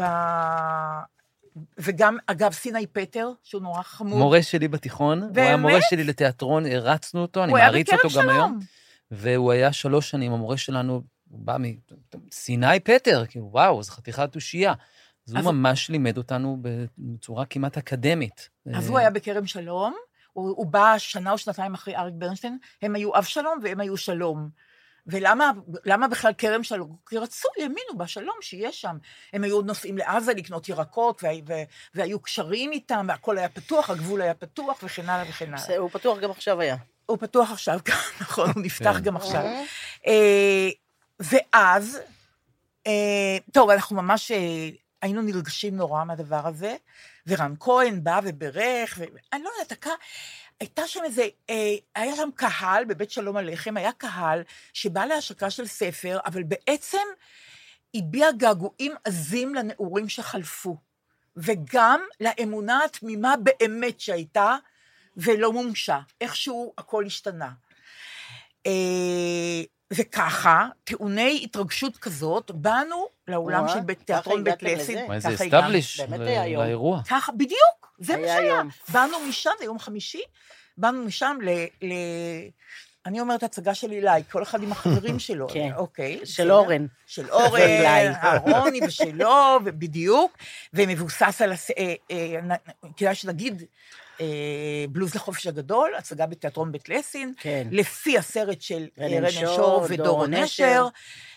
וגם, אגב, סיני פטר, שהוא נורא חמוד. מורה שלי בתיכון, באמת? הוא היה מורה שלי לתיאטרון, הרצנו אותו, אני מעריץ אותו גם שלום. היום. והוא היה שלוש שנים, המורה שלנו, הוא בא מסיני פטר, כאילו, וואו, זו חתיכת תושייה. אז הוא ממש לימד אותנו בצורה כמעט אקדמית. אז הוא היה בכרם שלום, הוא, הוא בא שנה או שנתיים אחרי אריק ברנשטיין, הם היו אב שלום והם היו שלום. ולמה למה בכלל כרם שלום? כי רצו, האמינו בשלום שיש שם. הם היו נוסעים לעזה לקנות ירקות, וה, וה, והיו קשרים איתם, והכל היה פתוח, הגבול היה פתוח, וכן הלאה וכן הלאה. הוא פתוח גם עכשיו היה. הוא פתוח עכשיו, נכון, הוא נפתח גם עכשיו. אה, ואז, אה, טוב, אנחנו ממש אה, היינו נרגשים נורא מהדבר הזה, ורן כהן בא וברך, ואני לא יודעת, הקה, הייתה שם איזה, אה, היה שם קהל בבית שלום הלחם, היה קהל שבא להשקה של ספר, אבל בעצם הביע געגועים עזים לנעורים שחלפו, וגם לאמונה התמימה באמת שהייתה, ולא מומשה, איכשהו הכל השתנה. אה, וככה, טעוני התרגשות כזאת, באנו לאולם של בית תיאטרון בית לסין. זה אסטאבליש לאירוע. ככה, בדיוק, זה מה שהיה. באנו משם, זה יום חמישי, באנו משם ל... ל... אני אומרת, הצגה של אילי, כל אחד עם החברים שלו. כן, אוקיי. של אורן. של אורן, אהרוני ושלו, ובדיוק, ומבוסס על... כדאי שנגיד, בלוז לחופש הגדול, הצגה בתיאטרון בית לסין, כן. לפי הסרט של רנן שור ודורון נשר.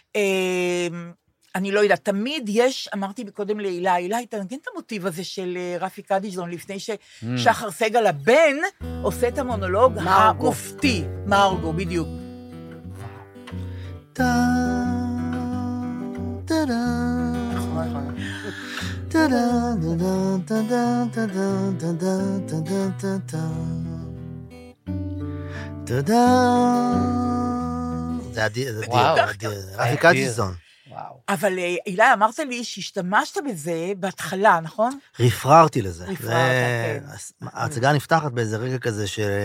אני לא יודעת, תמיד יש, אמרתי קודם להילה, הילה, תנגן את המוטיב הזה של רפי קדישזון, לפני ששחר סגל הבן עושה את המונולוג המופתי. מרגו, בדיוק. טה, טה, נכון, נכון. טה, טה, טה, טה, טה, טה, טה, טה, טה, טה. זה אדיר, זה אדיר, רפי קדישזון. אבל אילי, אמרת לי שהשתמשת בזה בהתחלה, נכון? רפררתי לזה. רפררת, כן. ההצגה נפתחת באיזה רגע כזה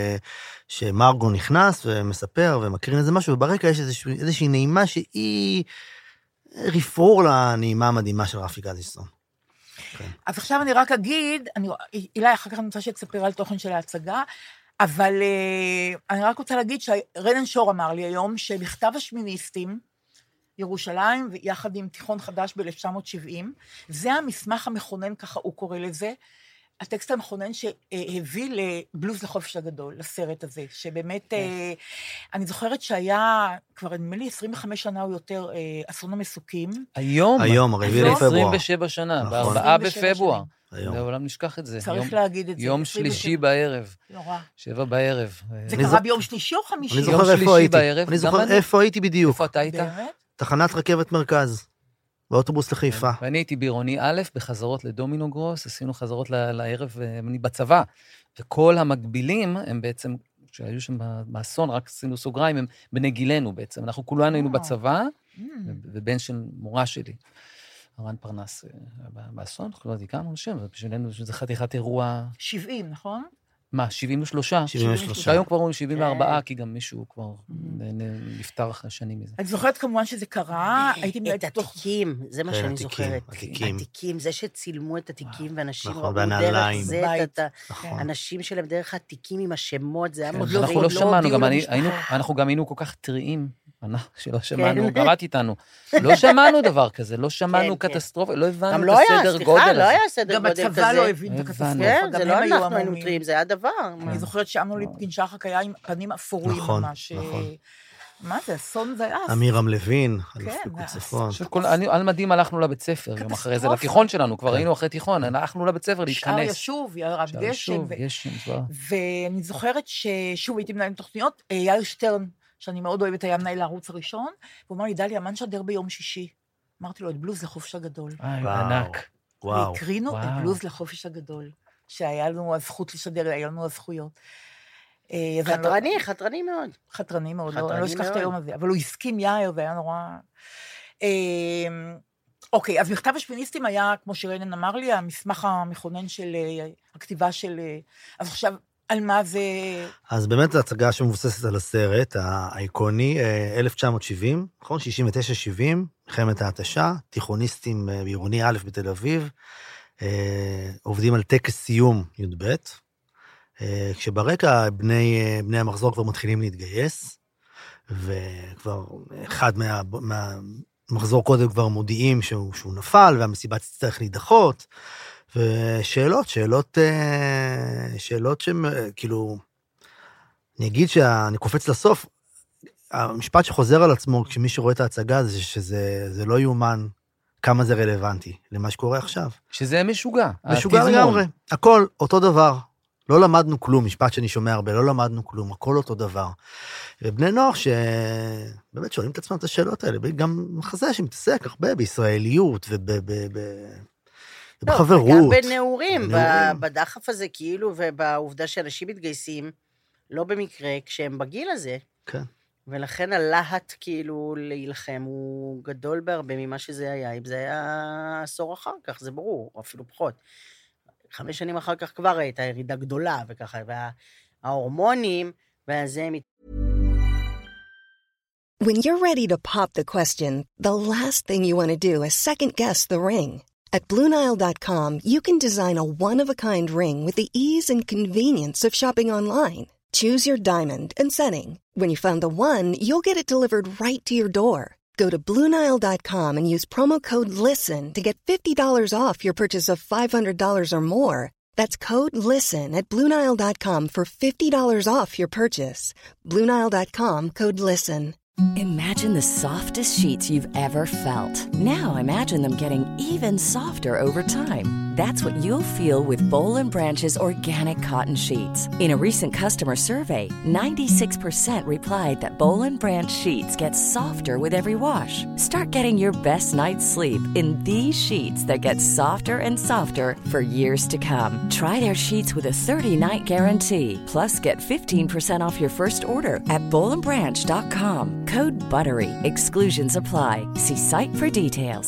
שמרגו נכנס ומספר ומקרין איזה משהו, וברקע יש איזושהי נעימה שהיא רפרור לנעימה המדהימה של רפי קדישזון. אז עכשיו אני רק אגיד, אילי, אחר כך אני רוצה שתספר על תוכן של ההצגה, אבל אני רק רוצה להגיד שרנן שור אמר לי היום, שמכתב השמיניסטים, ירושלים, ויחד עם תיכון חדש ב-אלף תשע מאות שבעים, זה המסמך המכונן, ככה הוא קורא לזה, הטקסט המכונן שהביא לבלוז לחופש הגדול, לסרט הזה, שבאמת, אני זוכרת שהיה, כבר נדמה לי עשרים וחמש שנה או יותר, אסון המסוקים. היום, היום, הרביעי לפברואר. עשרים ושבע שנה, בארבעה בפברואר. לעולם נשכח את זה. צריך להגיד את זה. יום שלישי בערב. נורא. שבע בערב. זה קרה ביום שלישי או חמישי? אני זוכר איפה הייתי. אני זוכר איפה הייתי בדיוק. איפה אתה היית? תחנת רכבת מרכז. באוטובוס לחיפה. ואני הייתי בעירוני א', בחזרות לדומינו גרוס, עשינו חזרות לערב, אני בצבא, וכל המקבילים הם בעצם, שהיו שם באסון, רק עשינו סוגריים, הם בני גילנו בעצם, אנחנו כולנו היינו בצבא, ובן של מורה שלי, הרן פרנס באסון, אנחנו לא הכרנו לשם, ובשבילנו זה חתיכת אירוע... שבעים, נכון? מה, שבעים ושלוש? שבעים ושלוש. היום כבר הוא שבעים וארבע, כי גם מישהו כבר נפטר אחרי שנים מזה. אני זוכרת כמובן שזה קרה, הייתי... את התיקים, זה מה שאני זוכרת. התיקים, זה שצילמו את התיקים, ואנשים ראו דרך זה, אנשים שלהם דרך התיקים עם השמות, זה היה מודלו. אנחנו לא שמענו, אנחנו גם היינו כל כך טריים, שלא שמענו, גם את איתנו. לא שמענו דבר כזה, לא שמענו קטסטרופה, לא הבנו את הסדר גודל הזה. לא היה סדר גודל כזה. גם הצבא לא הבין את הקטסטרופה. זה לא אנחנו היינו טריים, זה היה דבר. אני זוכרת שאמנו ליפקין שחק היה עם פנים אפורים ממש. מה זה, אסון זה היה. אמירם לוין, אלוף פיקוד צפון. על מדים הלכנו לבית ספר, גם אחרי זה, לתיכון שלנו, כבר היינו אחרי תיכון, הלכנו לבית ספר להתכנס. שער ישוב, ירב גשם. ואני זוכרת ששוב הייתי מנהל תוכניות, יאיר שטרן, שאני מאוד אוהבת, היה מנהל הערוץ הראשון, והוא אמר לי, דליה, מה נשדר ביום שישי? אמרתי לו, את בלוז לחופש הגדול. ענק. והקרינו את בלוז לחופש הגדול, שהיה לנו הזכות לשדר, היה לנו הזכויות. חתרני, חתרני מאוד. חתרני מאוד, אני לא אשכח את היום הזה, אבל הוא הסכים יאיר, זה היה נורא... אוקיי, אז מכתב השמיניסטים היה, כמו שרנן אמר לי, המסמך המכונן של הכתיבה של... אז עכשיו... על מה זה... אז באמת זו הצגה שמבוססת על הסרט האיקוני, אלף תשע מאות שבעים, נכון? שישים ותשע שבעים, מלחמת ההתשה, תיכוניסטים בעירוני א' בתל אביב, עובדים על טקס סיום י"ב, כשברקע בני, בני המחזור כבר מתחילים להתגייס, וכבר אחד מה, מהמחזור קודם כבר מודיעים שהוא, שהוא נפל, והמסיבה תצטרך להידחות, ושאלות, שאלות, שאלות שהם, כאילו, אני אגיד שאני קופץ לסוף, המשפט שחוזר על עצמו כשמי שרואה את ההצגה זה שזה זה לא יאומן כמה זה רלוונטי למה שקורה עכשיו. שזה משוגע. משוגע לגמרי. הכל אותו דבר. לא למדנו כלום, משפט שאני שומע הרבה, לא למדנו כלום, הכל אותו דבר. ובני נוער שבאמת שואלים את עצמם את השאלות האלה, גם מחזה שמתעסק הרבה בישראליות ובחברות. גם בנעורים, בדחף הזה כאילו, ובעובדה שאנשים מתגייסים, לא במקרה, כשהם בגיל הזה. כן. ולכן הלהט כאילו להילחם הוא גדול בהרבה ממה שזה היה, אם זה היה עשור אחר כך, זה ברור, או אפילו פחות. חמש שנים אחר כך כבר הייתה ירידה גדולה, וככה, וההורמונים, וזה... When you're ready to pop the question, the last thing you want to do is second-guess the ring. At Blue Nile dot com, you can design a one-of-a-kind ring with the ease and convenience of shopping online. Choose your diamond and setting. When you find the one, you'll get it delivered right to your door. Go to Blue Nile dot com and use promo code LISTEN to get fifty dollars off your purchase of five hundred dollars or more. That's code LISTEN at Blue Nile dot com for fifty dollars off your purchase. Blue Nile dot com, code LISTEN. Imagine the softest sheets you've ever felt. Now imagine them getting even softer over time. That's what you'll feel with Boll and Branch's organic cotton sheets. In a recent customer survey, ninety-six percent replied that Boll and Branch sheets get softer with every wash. Start getting your best night's sleep in these sheets that get softer and softer for years to come. Try their sheets with a thirty-night guarantee. Plus, get fifteen percent off your first order at boll and branch dot com. Code BUTTERY. Exclusions apply. See site for details.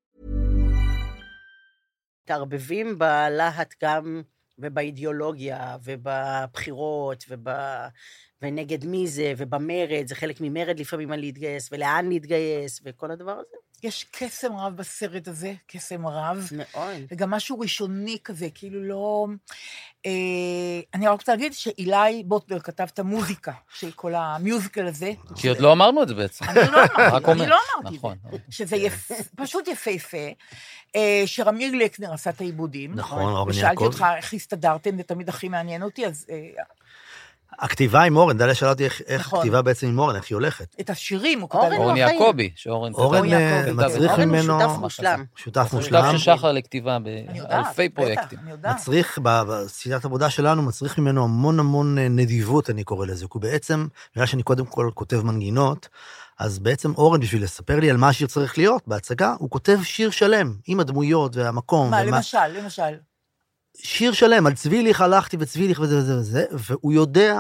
תערבבים בלהט גם ובאידיאולוגיה ובבחירות וב... ונגד מי זה ובמרד, זה חלק ממרד לפעמים על להתגייס ולאן להתגייס וכל הדבר הזה. יש קסם רב בסרט הזה, קסם רב. מאוד. וגם משהו ראשוני כזה, כאילו לא... אה, אני רק רוצה להגיד שאילי בוטנר כתב את המוזיקה של כל המיוזיקל הזה. כי עוד לא אמרנו את זה בעצם. אני לא אמרתי, אני לא אמרתי נכון. את זה. שזה יפ... פשוט יפהפה, אה, שרמיר לקנר עשה את העיבודים. נכון, אורן יעקב. ושאלתי אותך איך הסתדרתם, זה תמיד הכי מעניין אותי, אז... אה, הכתיבה עם אורן, דליה שאלה אותי איך הכתיבה בעצם עם אורן, איך היא הולכת. את השירים הוא כתב. אורן יעקבי, שאורן מצריך ממנו... שותף מושלם. שותף מושלם. שותף ששחר לכתיבה באלפי פרויקטים. מצריך, בשיטת עבודה שלנו, מצריך ממנו המון המון נדיבות, אני קורא לזה. הוא בעצם, בגלל שאני קודם כל כותב מנגינות, אז בעצם אורן, בשביל לספר לי על מה השיר צריך להיות בהצגה, הוא כותב שיר שלם, עם הדמויות והמקום. מה, למשל, למשל? שיר שלם, על צביליך הלכתי וצביליך וזה וזה וזה, והוא יודע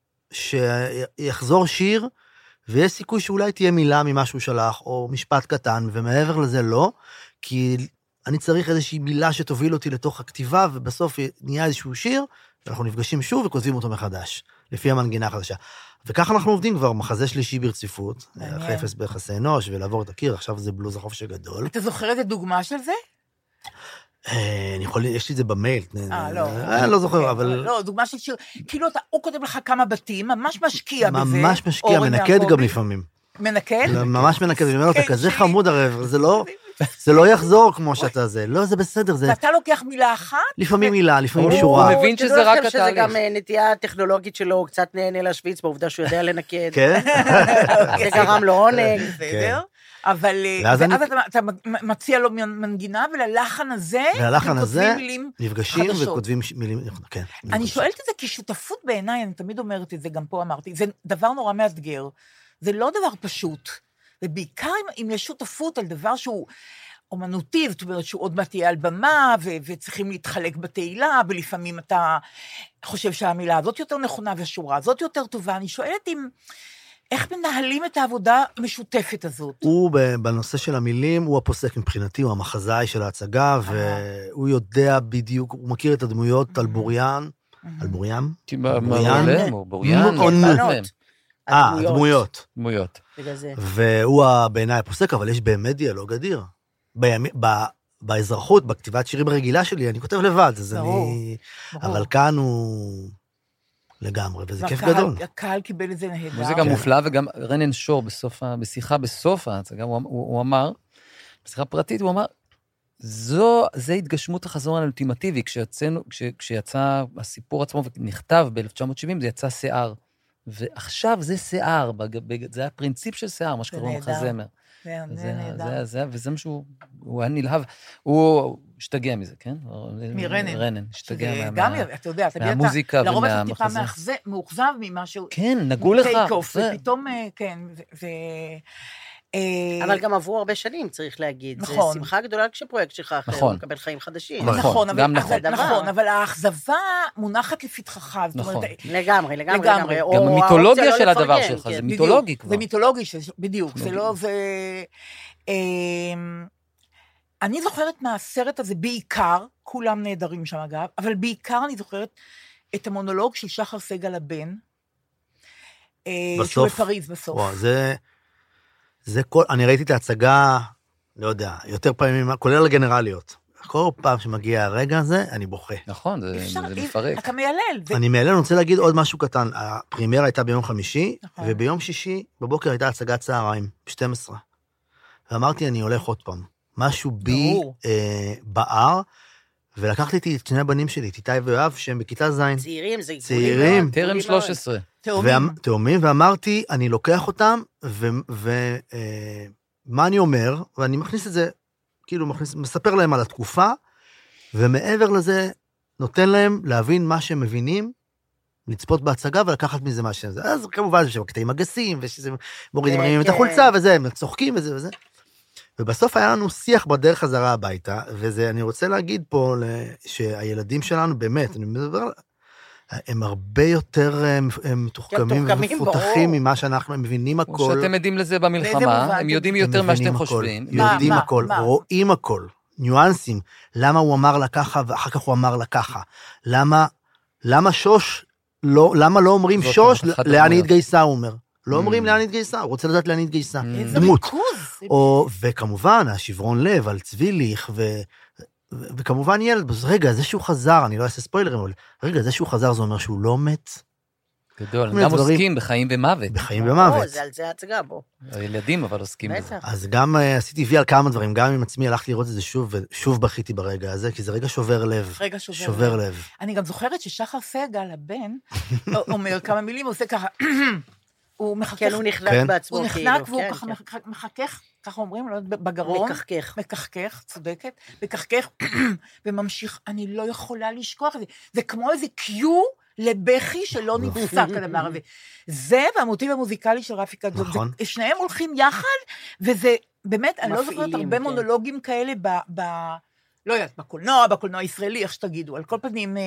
שיחזור שיר, ויש סיכוי שאולי תהיה מילה ממה שהוא שלח, או משפט קטן, ומעבר לזה לא, כי אני צריך איזושהי מילה שתוביל אותי לתוך הכתיבה, ובסוף נהיה איזשהו שיר, ואנחנו נפגשים שוב וכותבים אותו מחדש, לפי המנגינה החדשה. וככה אנחנו עובדים כבר, מחזה שלישי ברציפות, אחרי אפס ביחסי אנוש, ולעבור את הקיר, עכשיו זה בלוז החופש הגדול. אתה זוכר איזה דוגמה של זה? אני יכול, יש לי את זה במייל. אה, לא. אני לא זוכר, אבל... לא, דוגמה של שיר, כאילו הוא כותב לך כמה בתים, ממש משקיע בזה. ממש משקיע, מנקד גם לפעמים. מנקד? ממש מנקד, אני אומר, אתה כזה חמוד הרי, זה לא... זה לא יחזור כמו שאתה זה, לא, זה בסדר, זה... ואתה לוקח מילה אחת? לפעמים מילה, לפעמים שורה. הוא מבין שזה רק התהליך. שזה גם נטייה הטכנולוגית שלו, הוא קצת נהנה להשוויץ, בעובדה שהוא יודע לנקד. כן? זה גרם לו עונג. בסדר? אבל ואז אתה מציע לו מנגינה, וללחן הזה, וללחן הזה, נפגשים וכותבים מילים, כן. אני שואלת את זה כשותפות בעיניי, אני תמיד אומרת את זה, גם פה אמרתי, זה דבר נורא מאתגר, זה לא דבר פשוט, ובעיקר אם יש שותפות על דבר שהוא אומנותי, זאת אומרת שהוא עוד מעט תהיה על במה, וצריכים להתחלק בתהילה, ולפעמים אתה חושב שהמילה הזאת יותר נכונה, והשורה הזאת יותר טובה, אני שואלת אם... איך מנהלים את העבודה המשותפת הזאת? הוא, בנושא של המילים, הוא הפוסק מבחינתי, הוא המחזאי של ההצגה, והוא יודע בדיוק, הוא מכיר את הדמויות על בוריין, על בוריין? בוריין? בוריין? אה, הדמויות. דמויות. והוא בעיניי הפוסק, אבל יש באמת דיאלוג אדיר. באזרחות, בכתיבת שירים הרגילה שלי, אני כותב לבד, אז אני... אבל כאן הוא... לגמרי, וזה כיף גדול. הקהל קיבל את זה נהדר. זה גם מופלא, וגם רנן שור בסוף, בשיחה בסוף, הוא אמר, בשיחה פרטית, הוא אמר, זו, זה התגשמות החזון האולטימטיבי, כשיצא הסיפור עצמו ונכתב ב-אלף תשע מאות שבעים, זה יצא שיער. ועכשיו זה שיער, זה הפרינציפ של שיער, מה שקוראים מחזמר. זה נהדר. וזה משהו, הוא היה נלהב, הוא השתגע מזה, כן? מרנן. רנן, השתגע גם, אתה יודע, מהמוזיקה ומהמחזה. לרוב אתה טיפה מאוכזב ממשהו. כן, נגעו לך. ופתאום, כן, ו... אבל גם עברו הרבה שנים, צריך להגיד. נכון. זה שמחה גדולה כשפרויקט שלך אחר, הוא מקבל חיים חדשים. נכון, נכון, אבל האכזבה מונחת לפתחך. נכון. לגמרי, לגמרי. גם המיתולוגיה של הדבר שלך, זה מיתולוגי כבר. זה מיתולוגי, בדיוק. זה לא, זה... אני זוכרת מהסרט הזה בעיקר, כולם נהדרים שם אגב, אבל בעיקר אני זוכרת את המונולוג של שחר סגל הבן, שהוא בפריז בסוף. וואו, זה... זה כל, אני ראיתי את ההצגה, לא יודע, יותר פעמים, כולל הגנרליות. כל פעם שמגיע הרגע הזה, אני בוכה. נכון, זה, זה מפרק. אתה מיילל. אני מיילל, אני רוצה להגיד עוד משהו קטן. הפרימיירה הייתה ביום חמישי, נכון. וביום שישי בבוקר הייתה הצגת צהריים, ב-שתים עשרה. ואמרתי, אני הולך עוד פעם. משהו בי אה, בער, ולקחתי איתי את שני הבנים שלי, איתי ויואב, שהם בכיתה זין. צעירים, זה צעירים. תרם שלוש עשרה. תאומים. תאומים, ואמרתי, אני לוקח אותם, ומה אני אומר, ואני מכניס את זה, כאילו מספר להם על התקופה, ומעבר לזה, נותן להם להבין מה שהם מבינים, לצפות בהצגה ולקחת מזה מה שהם. אז כמובן, שהם קטעים אגסים, ושזה מורידים מרימים את החולצה, וזה, הם צוחקים וזה וזה. ובסוף היה לנו שיח בדרך חזרה הביתה, וזה, אני רוצה להגיד פה, שהילדים שלנו, באמת, אני מדבר, הם הרבה יותר מתוחכמים ומפותחים ממה שאנחנו מבינים הכל. כמו שאתם עדים לזה במלחמה, הם יודעים יותר מה שאתם חושבים. יודעים הכל, רואים הכל, ניואנסים, למה הוא אמר לה ככה, ואחר כך הוא אמר לה ככה. למה, למה שוש, למה לא אומרים שוש, לאן היא התגייסה, הוא אומר. לא אומרים לאן התגייסה, הוא רוצה לדעת לאן התגייסה. איזה ריכוז. וכמובן, השברון לב על צביליך, וכמובן ילד, רגע, זה שהוא חזר, אני לא אעשה ספוילרים, אבל רגע, זה שהוא חזר, זה אומר שהוא לא מת. גדול, גם עוסקים בחיים ומוות. בחיים ומוות. זה על זה הצגה בו. הילדים, אבל עוסקים בזה. אז גם עשיתי וי על כמה דברים, גם עם עצמי הלכתי לראות את זה שוב, ושוב בכיתי ברגע הזה, כי זה רגע שובר לב. רגע שובר, שובר לב. אני גם זוכרת ששחר סגל, הבן, אומר כמה מילים, עושה ככה, הוא מחכך. כן, הוא נחנק בעצמו. הוא נחנק והוא ככה מחכך, ככה אומרים, בגרון. מקחכך. מקחכך, צודקת. מקחכך, וממשיך, אני לא יכולה לשכוח את זה. זה כמו איזה קיו לבכי שלא נפסק הדבר הזה. זה והמוטיב המוזיקלי של רפי קדזון. נכון. שניהם הולכים יחד, וזה באמת, אני לא זוכרת הרבה מונולוגים כאלה ב... לא יודעת, בקולנוע, בקולנוע הישראלי, איך שתגידו. על כל פנים...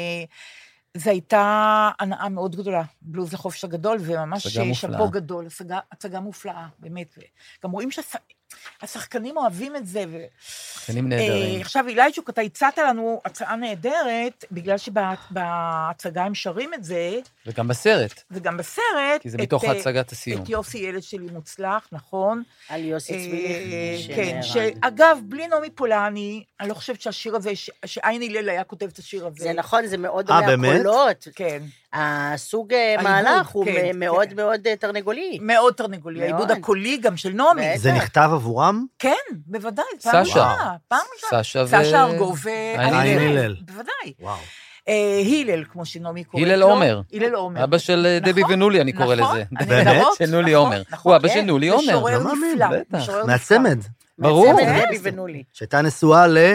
זו הייתה הנאה מאוד גדולה, בלוז לחופש הגדול, וממש שפו גדול, הצגה, הצגה מופלאה, באמת. גם רואים שהשחקנים אוהבים את זה. שחקנים נהדרים. עכשיו, אילייצ'וק, אתה הצעת לנו הצעה נהדרת, בגלל שבהצגה הם שרים את זה. וגם בסרט. וגם בסרט. כי זה מתוך הצגת הסיום. את יוסי ילד שלי מוצלח, נכון. על יוסי צביליך. כן, שאגב, בלי נעמי פולני, אני לא חושבת שהשיר הזה, שעין הלל היה כותב את השיר הזה. זה נכון, זה מאוד דומה הקולות. כן. הסוג מהלך הוא מאוד מאוד תרנגולי. מאוד תרנגולי, העיבוד הקולי גם של נעמי. זה נכתב עבורם? כן, בוודאי. סשה. פעם ראשונה. סשה ארגוב ועין הלל. בוודאי. וואו. הילל, כמו שנעמי קוראת לו. הילל עומר. הילל עומר. אבא של דבי ונולי, אני קורא לזה. באמת? של נולי עומר. הוא אבא של נולי עומר. משורר נפלא. מהצמד. ברור. דבי ונולי. שהייתה נשואה ל...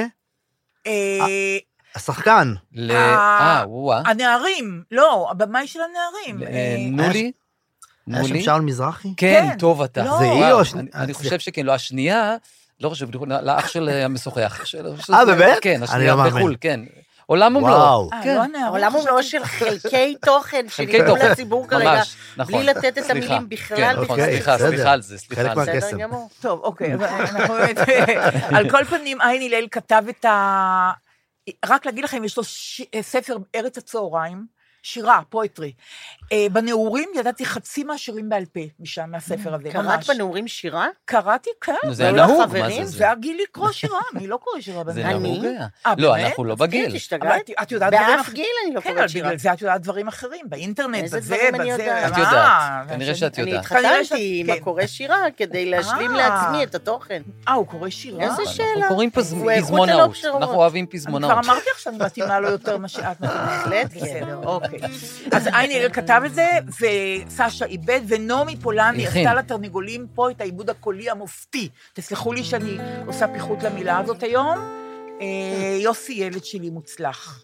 השחקן. אה, וואה. הנערים, לא, הבמאי של הנערים. נולי? היה שם שאול מזרחי? כן, טוב אתה. זה היא או שנייה? אני חושב שכן, לא, השנייה, לא חושב, לאח של המשוחח. אה, באמת? כן, השנייה בחול, כן. עולם ומלואו. עולם ומלואו של חלקי תוכן, שנתנו לציבור כרגע, בלי לתת את המילים בכלל. סליחה, סליחה על זה, סליחה על זה. טוב, אוקיי, על כל פנים, עין הלל כתב את ה... רק להגיד לכם, יש לו ספר ארץ הצהריים, שירה, פואטרי. בנעורים ידעתי חצי מהשירים בעל פה, משם, מהספר הזה. קראת בנעורים שירה? קראתי, כן. זה נהוג, מה זה? זה הגיל לקרוא שירה, מי לא קורא שירה בנעורים? זה נהוג. לא, אנחנו לא בגיל. את יודעת דברים אחרים. באף גיל אני לא קוראת שירה. זה את יודעת דברים אחרים, באינטרנט, בזה, בזה. את יודעת, כנראה שאת יודעת. אני התחתנתי עם הקורא שירה, כדי להשלים לעצמי את התוכן. אה, הוא קורא שירה? איזה שאלה. אנחנו קוראים פזמונאות. אנחנו אוהבים פזמונאות. כבר אמרתי לך שאני מתאימה לו יותר מה שאת מתאימה. בסדר, אוקיי. אז עין הלל כתב את זה, וסשה איבד, ונעמי פולני עשתה לתרנגולים פה את העיבוד הקולי המופתי. תסלחו לי שאני עושה פיחות למילה הזאת היום. יוסי ילד שלי מוצלח.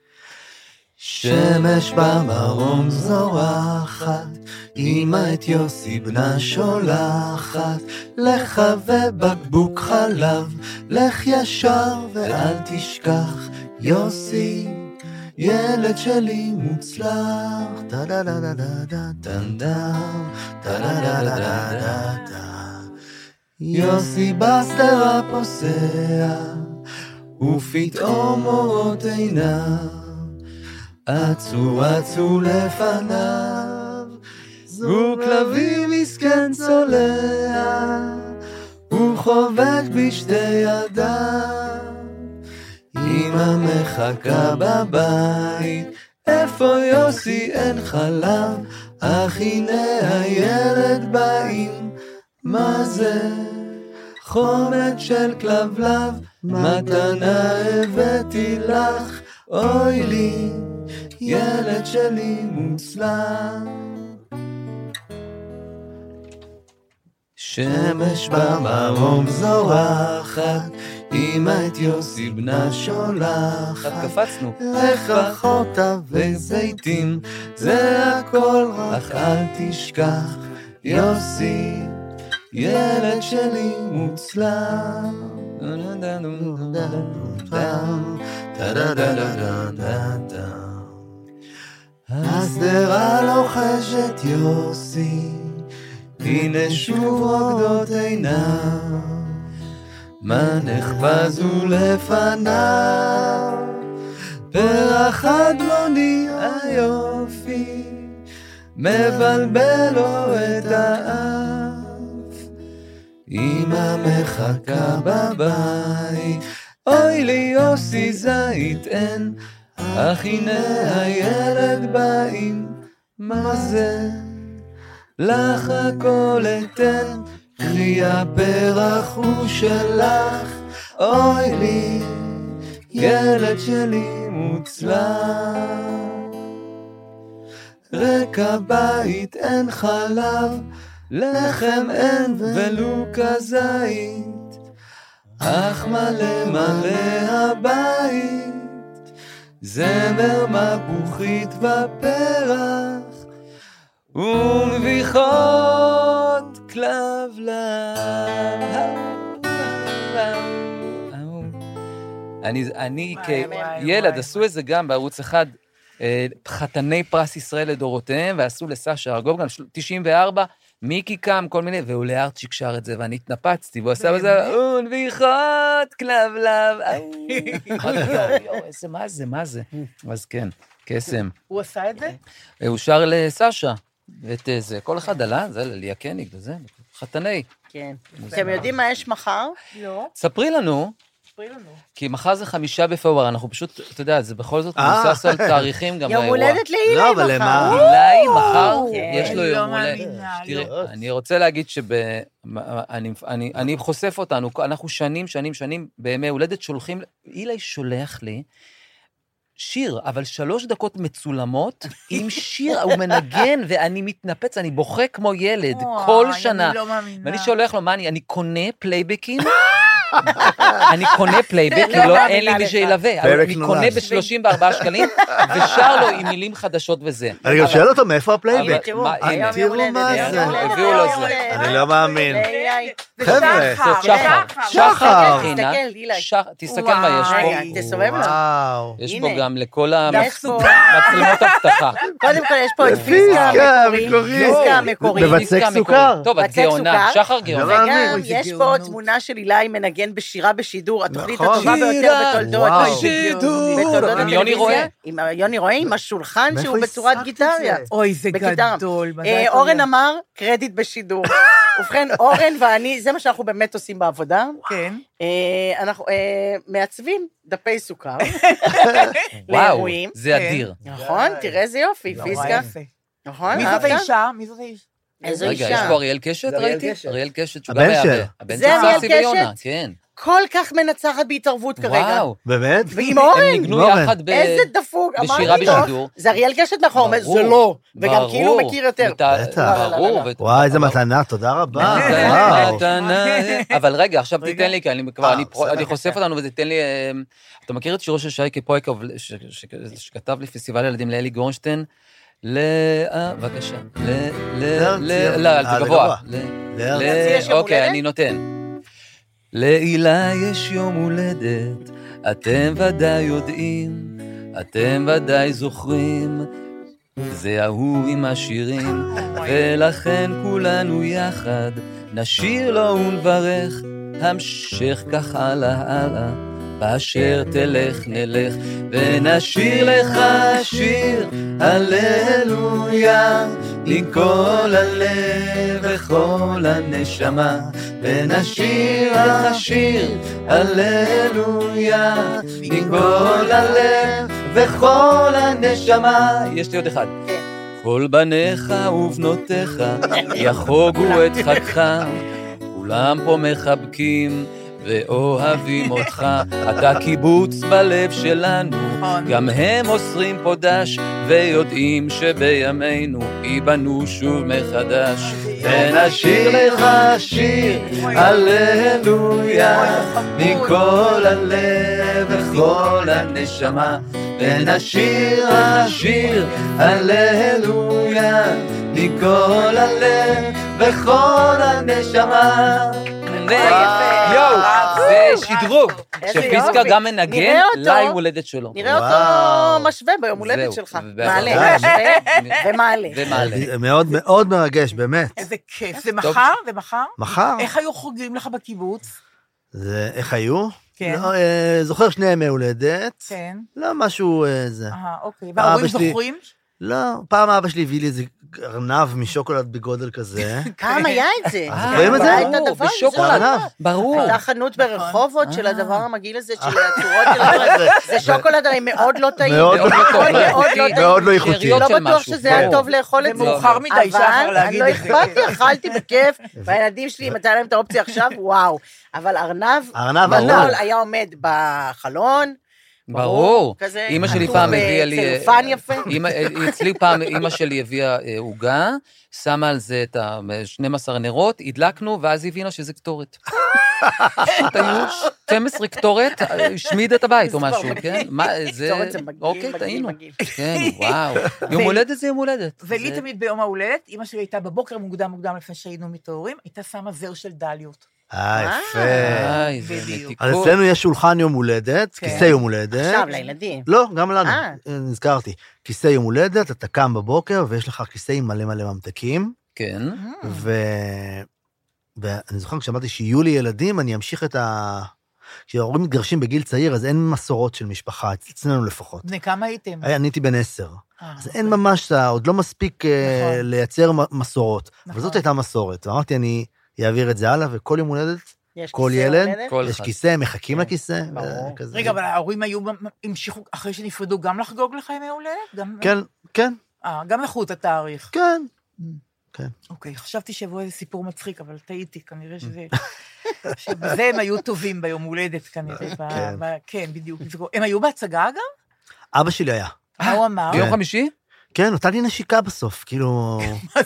שמש במרום זורחת, אמא את יוסי בנה שולחת, לך ובקבוק חלב, לך ישר ואל תשכח, יוסי, ילד שלי מוצלח. יוסי בסתרה פוסע, ופתאום אורות עיניו, עצו עצו לפניו, זוג כלבים מסכן צולע, הוא חובק בשתי ידיו, אמא מחכה בבית, איפה יוסי אין חלב, אך הנה הילד באים, מה זה? חומץ של כלבלב, מתנה הבאתי לך, אוי לי, ילד שלי מוצלח. שמש במרום זורחת, אמא את יוסי בנה שולחת, קפצנו. לך חוטה וזיתים, זה הכל רק אל תשכח, יוסי, ילד שלי מוצלח. הסדרה לוחשת יוסי, הנה שוב רוקדות עיניו, מה נחפזו לפניו, פרח אדמוני היופי, מבלבל לו את האף, אמא מחכה בבית, אוי לי יוסי זית אין, אך הנה הילד באים, מה זה? לך הכל אתן, קחי הפרח הוא שלך, אוי לי, ילד שלי מוצלח. רק הבית אין חלב, לחם אין ולו כזית, אך מלא מלא הבית, זמר מפוחית ופרח, ומביחות כלבלב. אני, אני כילד, עשו את זה גם בערוץ אחד, חתני פרס ישראל לדורותיהם, ועשו לסשה ארגוב גם תשעים וארבע, מיקי קם, כל מיני, והוא לארצ'יק שר את זה, ואני התנפצתי, והוא עשה בזה, ונביחות כלבלב. איזה, מה זה, מה זה? אז כן, קסם. הוא עשה את זה? הוא שר לסשה, ואת זה, כל אחד עלה, זה לליה קניג, וזה, חתני. כן. אתם יודעים מה יש מחר? לא. ספרי לנו. ספרי לנו. כי מחר זה חמישה בפברואר, אנחנו פשוט, אתה יודע, זה בכל זאת מבוסס על תאריכים גם לאירוע. יום הולדת לאילי מחר. אילי מחר, יש לו יום הולדת. תראה, אני רוצה להגיד שאני חושף אותנו, אנחנו שנים, שנים, שנים, בימי הולדת שולחים, אילי שולח לי, שיר, אבל שלוש דקות מצולמות, עם שיר, הוא מנגן, ואני מתנפץ, אני בוכה כמו ילד, כל שנה. אני לא מאמינה. ואני שולח לו, מה אני, אני קונה פלייבקים, אני קונה פלייבק, כי לא, אין לי מי שילווה. אני קונה ב-שלושים וארבעה שקלים, ושר לו עם מילים חדשות וזה. אני גם שואל אותו, מאיפה הפלייבק? תראו מה זה. הביאו לו זה. אני לא מאמין. חבר'ה. שחר. שחר. שחר. תסתכל מה יש פה. תסובב לו. יש פה גם לכל המצלמות הבטחה. קודם כל יש פה את פיסקה המקורי. פיסקה המקורי. מבצק סוכר. טוב, את גאונה. שחר גאונה. וגם יש פה תמונה של אילי מנגן בשירה בשידור, התוכנית הטובה ביותר בתולדות. שידור. עם יוני רואה. עם יוני רואה, עם השולחן שהוא בצורת גיטריה. אוי, זה גדול. אורן אמר, קרדיט בשידור. ובכן, אורן ואני, זה מה שאנחנו באמת עושים בעבודה. כן. אנחנו מעצבים דפי סוכר. וואו, זה אדיר. נכון, תראה איזה יופי, פיסקה. נכון, מי זאת האישה? מי זאת האישה? איזו אישה. רגע, יש פה אריאל קשת, ראיתי? אריאל קשת, שהוא גם הבן היה... של. הבן זה אריאל קשת? כן. כל כך מנצחת בהתערבות כרגע. וואו. באמת? ועם אורן. הם ניגנו יחד ב... איזה דפוק. בשירה בשידור. זה אריאל קשת מאחור, אומר, זה לא. וגם כאילו מכיר יותר. ברור. וואי, איזה מתנה, תודה רבה. מתנה. אבל רגע, עכשיו תיתן לי, כי אני כבר, אני חושף אותנו ותיתן לי... אתה מכיר את שירו של שייקה פויקוב, שכתב לי פסטיבל ילדים לאלי גורנשטיין? ל... בבקשה. ל... ל... ל... לא, זה גבוה. אוקיי, אני נותן. לילה יש יום הולדת, אתם ודאי יודעים, אתם ודאי זוכרים, זה ההוא עם השירים, ולכן כולנו יחד, נשיר לו ונברך, המשך כך הלאה הלאה, באשר תלך נלך, ונשיר לך שיר, הללויה, מכל הלב וכל הנשמה, ונשיר לך שיר, הללויה, מכל הלב וכל הנשמה. יש לי עוד אחד. כל בניך ובנותיך יחוגו את חגך, כולם פה מחבקים ואוהבים אותך, אתה קיבוץ בלב שלנו, גם הם אוסרים פה דש, ויודעים שבימינו ייבנו שוב מחדש, ונשיר לך שיר, הללויה, מכל הלב וכל הנשמה, ונשיר לך שיר, הללויה, מכל הלב וכל הנשמה. יואו, זה שדרוג, שפיסקה גם מנגן ליום הולדת שלו. נראה אותו משווה ביום הולדת שלך. מעלה, משווה ומעלה. מאוד מאוד מרגש, באמת. איזה כיף. זה מחר? זה מחר? מחר. איך היו חוגגים לך בקיבוץ? איך היו? כן. זוכר שני ימי הולדת. כן. לא משהו זה. אה, אוקיי. וההורים זוכרים? לא, פעם אבא שלי הביא לי איזה ארנב משוקולד בגודל כזה. פעם היה את זה. זוכרים את זה? בשוקולד, ברור. הייתה חנות ברחובות של הדבר המגעיל הזה, של הצורות של הדבר. זה שוקולד הרי מאוד לא טעים. מאוד לא איכותי. לא בטוח שזה היה טוב לאכול את זה. זה מאוחר מדי, שחר להגיד אבל לא אכפת לי, אכלתי בכיף, והילדים שלי, אם הייתה להם את האופציה עכשיו, וואו. אבל ארנב, גדול היה עומד בחלון, ברור. אמא שלי פעם הביאה לי... צלופן יפה. אצלי פעם אמא שלי הביאה עוגה, שמה על זה את ה-שנים עשר נרות, הדלקנו, ואז הבינה שזה קטורת. היו שתים עשרה קטורת, השמיד את הבית או משהו, כן? קטורת זה מגעיל, אוקיי, טעינו. כן, וואו. ו- יום הולדת זה יום הולדת. ולי זה- תמיד ביום ההולדת, אמא שלי הייתה בבוקר מוקדם מוקדם לפני שהיינו מתעוררים, הייתה שמה זר של דליות. אה, יפה. איי, זה בדיוק. מתיקות. אז אצלנו יש שולחן יום הולדת, כן. כיסא יום הולדת. עכשיו, לילדים. לא, גם לנו, אה. נזכרתי. כיסא יום הולדת, אתה קם בבוקר, ויש לך כיסא עם מלא מלא ממתקים, כן. ו... ואני זוכר כשאמרתי שיהיו לי ילדים, אני אמשיך את ה... כשההורים מתגרשים בגיל צעיר, אז אין מסורות של משפחה, אצלנו לפחות. בני כמה הייתם? אני הייתי בן עשר. אה, אז אין ממש, אתה עוד לא מספיק אה, נכון. לייצר מ- מסורות. אבל נכון. זאת הייתה מסורת. ואמרתי, אני אעביר את זה הלאה, וכל יום הולדת, יש כל כיסא ילד, הולדת? כל יש אחד. כיסא, מחכים כן, לכיסא. ברור. וכזה. רגע, אבל ההורים היו, המשיכו, אחרי שנפרדו, גם לחגוג לך ימי הולדת? גם- כן, כן, אה, גם לקחו את התאריך. כן. כן. אוקיי, חשבתי שיבוא איזה סיפור מצחיק, אבל טעיתי, כנראה שזה... שבזה הם היו טובים ביום הולדת, כנראה. ב- כן. ב- כן, בדיוק. הם היו בהצגה גם? אבא שלי היה. מה הוא אמר? ביום כן. חמישי? כן, נתן לי נשיקה בסוף, כאילו...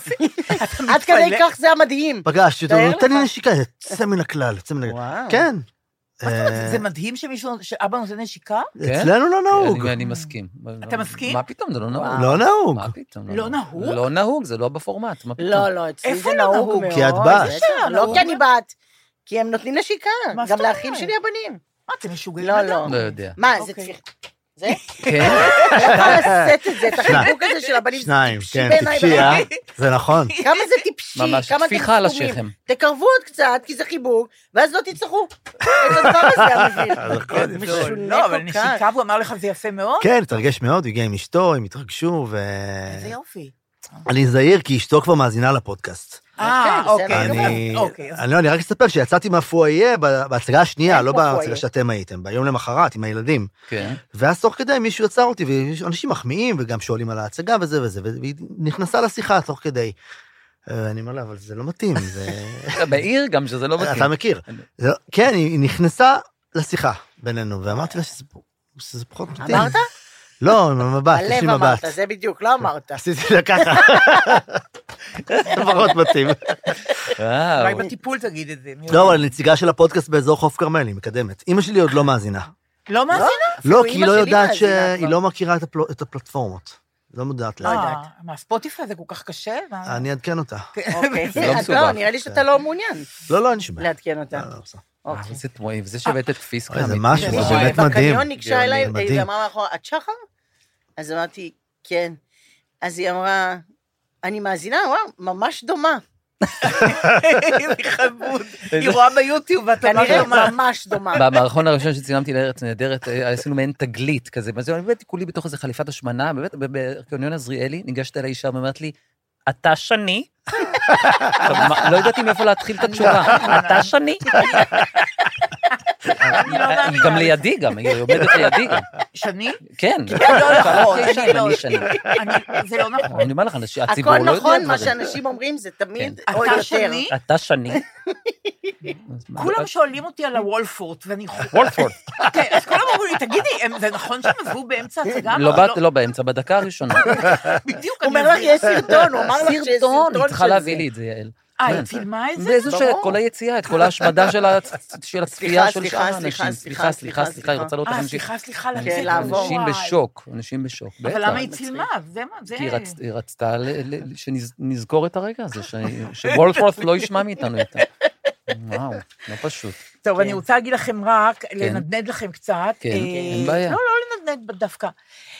עד כדי כך זה המדהים. פגשתי אותו, תאר נתן לי לך. נשיקה, יצא מן הכלל, יצא מן הכלל. וואו. כן. מה זאת אומרת, אה, זה מדהים שמישהו, שאבא נותן נשיקה? אצלנו לא נהוג. אני- אני מסכים. אתה מסכים? מה פתאום, זה לא נהוג. לא נהוג. מה פתאום? לא נהוג? לא נהוג, זה לא בפורמט, מה פתאום? לא, לא, אצלי איפה זה לא נהוג נהוג? מאוד. כי את בת. בטח, לא נהוג? כי אני בת. כי הם נותנים נשיקה. מה גם זאת לאחים אומרת? שלי הבנים. מה, אתם משוגעים? לא, לגמרי? לא יודע. מה, זה אוקיי. צריך... זה? כן? אני יכולה לשאת את זה, את החיבוק הזה של הבנים. שניים, טיפשי כן, בעיניי, טיפשי, אה? אבל- זה נכון. כמה זה טיפשי, ממש, כמה אתם טפיחה על סתומים. השכם. תקרבו עוד קצת, כי זה חיבוק, ואז לא תצטרכו את הדבר הזה המבין. נכון, משונה לא, אבל כל כך. נשיקה, והוא אמר לך, זה יפה מאוד? כן, התרגש מאוד, הוא הגיע עם אשתו, הם התרגשו, ו... איזה יופי. אני זהיר, כי אשתו כבר מאזינה לפודקאסט. אה, בסדר, אוקיי. אני, אוקיי, אז- אני, לא, אני רק אספר שיצאתי מהפואיה בהצגה השנייה, אין לא פה פואיה. בהצגה שאתם הייתם, ביום למחרת עם הילדים. כן. ואז תוך כדי מישהו יצר אותי, ואנשים מחמיאים וגם שואלים על ההצגה וזה וזה, והיא נכנסה לשיחה תוך כדי. אני אומר לה, אבל זה לא מתאים, זה... בעיר גם שזה לא מתאים. אתה מכיר. כן, היא נכנסה לשיחה בינינו, ואמרתי לה שזה פחות מתאים. אמרת? לא, עם המבט, יש לי מבט. הלב אמרת, זה בדיוק, לא אמרת. עשיתי לה ככה. זה פחות מתאים. אולי בטיפול תגיד את זה. לא, אבל הנציגה של הפודקאסט באזור חוף כרמל, היא מקדמת. אמא שלי עוד לא מאזינה. לא מאזינה? לא, כי היא לא יודעת שהיא לא מכירה את הפלטפורמות. לא מודעת לה. מה, ספוטיפיי זה כל כך קשה? אני אעדכן אותה. אוקיי, לא, נראה לי שאתה לא מעוניין. לא, לא, אני שומע. לעדכן אותה. זה תמוהים, זה שבאת את פיסקה. זה משהו, זה באמת מדהים. בקניון ניגשה אליי, היא אמרה מאחורה, את שחר? אז אמרתי, כן. אז היא אמרה, אני מאזינה, וואו, ממש דומה. היא חמוד. היא רואה ביוטיוב, ואתה כנראה ממש דומה. במערכון הראשון שצילמתי לארץ נהדרת, עשינו מעין תגלית כזה, אז אני באמת כולי בתוך איזה חליפת השמנה, באמת, בקניון עזריאלי, ניגשת אליי אישה ואומרת לי, אתה שני? לא ידעתי מאיפה להתחיל את התשובה. אתה שני? היא גם לידי גם, היא עומדת לידי גם. שני? כן. לא נכון, אני שני. זה לא נכון. אני אומר לך, הציבור לא יודע. הכל נכון, מה שאנשים אומרים זה תמיד או יותר. אתה שני? אתה שני. כולם שואלים אותי על הוולפורט, ואני... וולפורט. כן, אז כולם אומרים לי, תגידי, זה נכון שהם עזבו באמצע הצגה? לא באמצע, בדקה הראשונה. בדיוק. הוא אומר לך, יש סרטון, הוא אמר לך שיש סרטון היא צריכה להביא לי את זה, יעל. אה, היא צילמה את זה? באיזו שאת, כל היציאה, את כל ההשמדה של הצפייה של שאר האנשים. סליחה, סליחה, סליחה, היא רוצה לראות אה, סליחה, סליחה, אנשים בשוק, אנשים בשוק. אבל למה היא צילמה? זה מה, זה... כי היא רצתה שנזכור את הרגע הזה, שוולפורט לא ישמע מאיתנו יותר. וואו, לא פשוט. טוב, אני רוצה להגיד לכם רק, לנדנד לכם קצת. כן, אין בעיה. לא, לא לנדנד דווקא.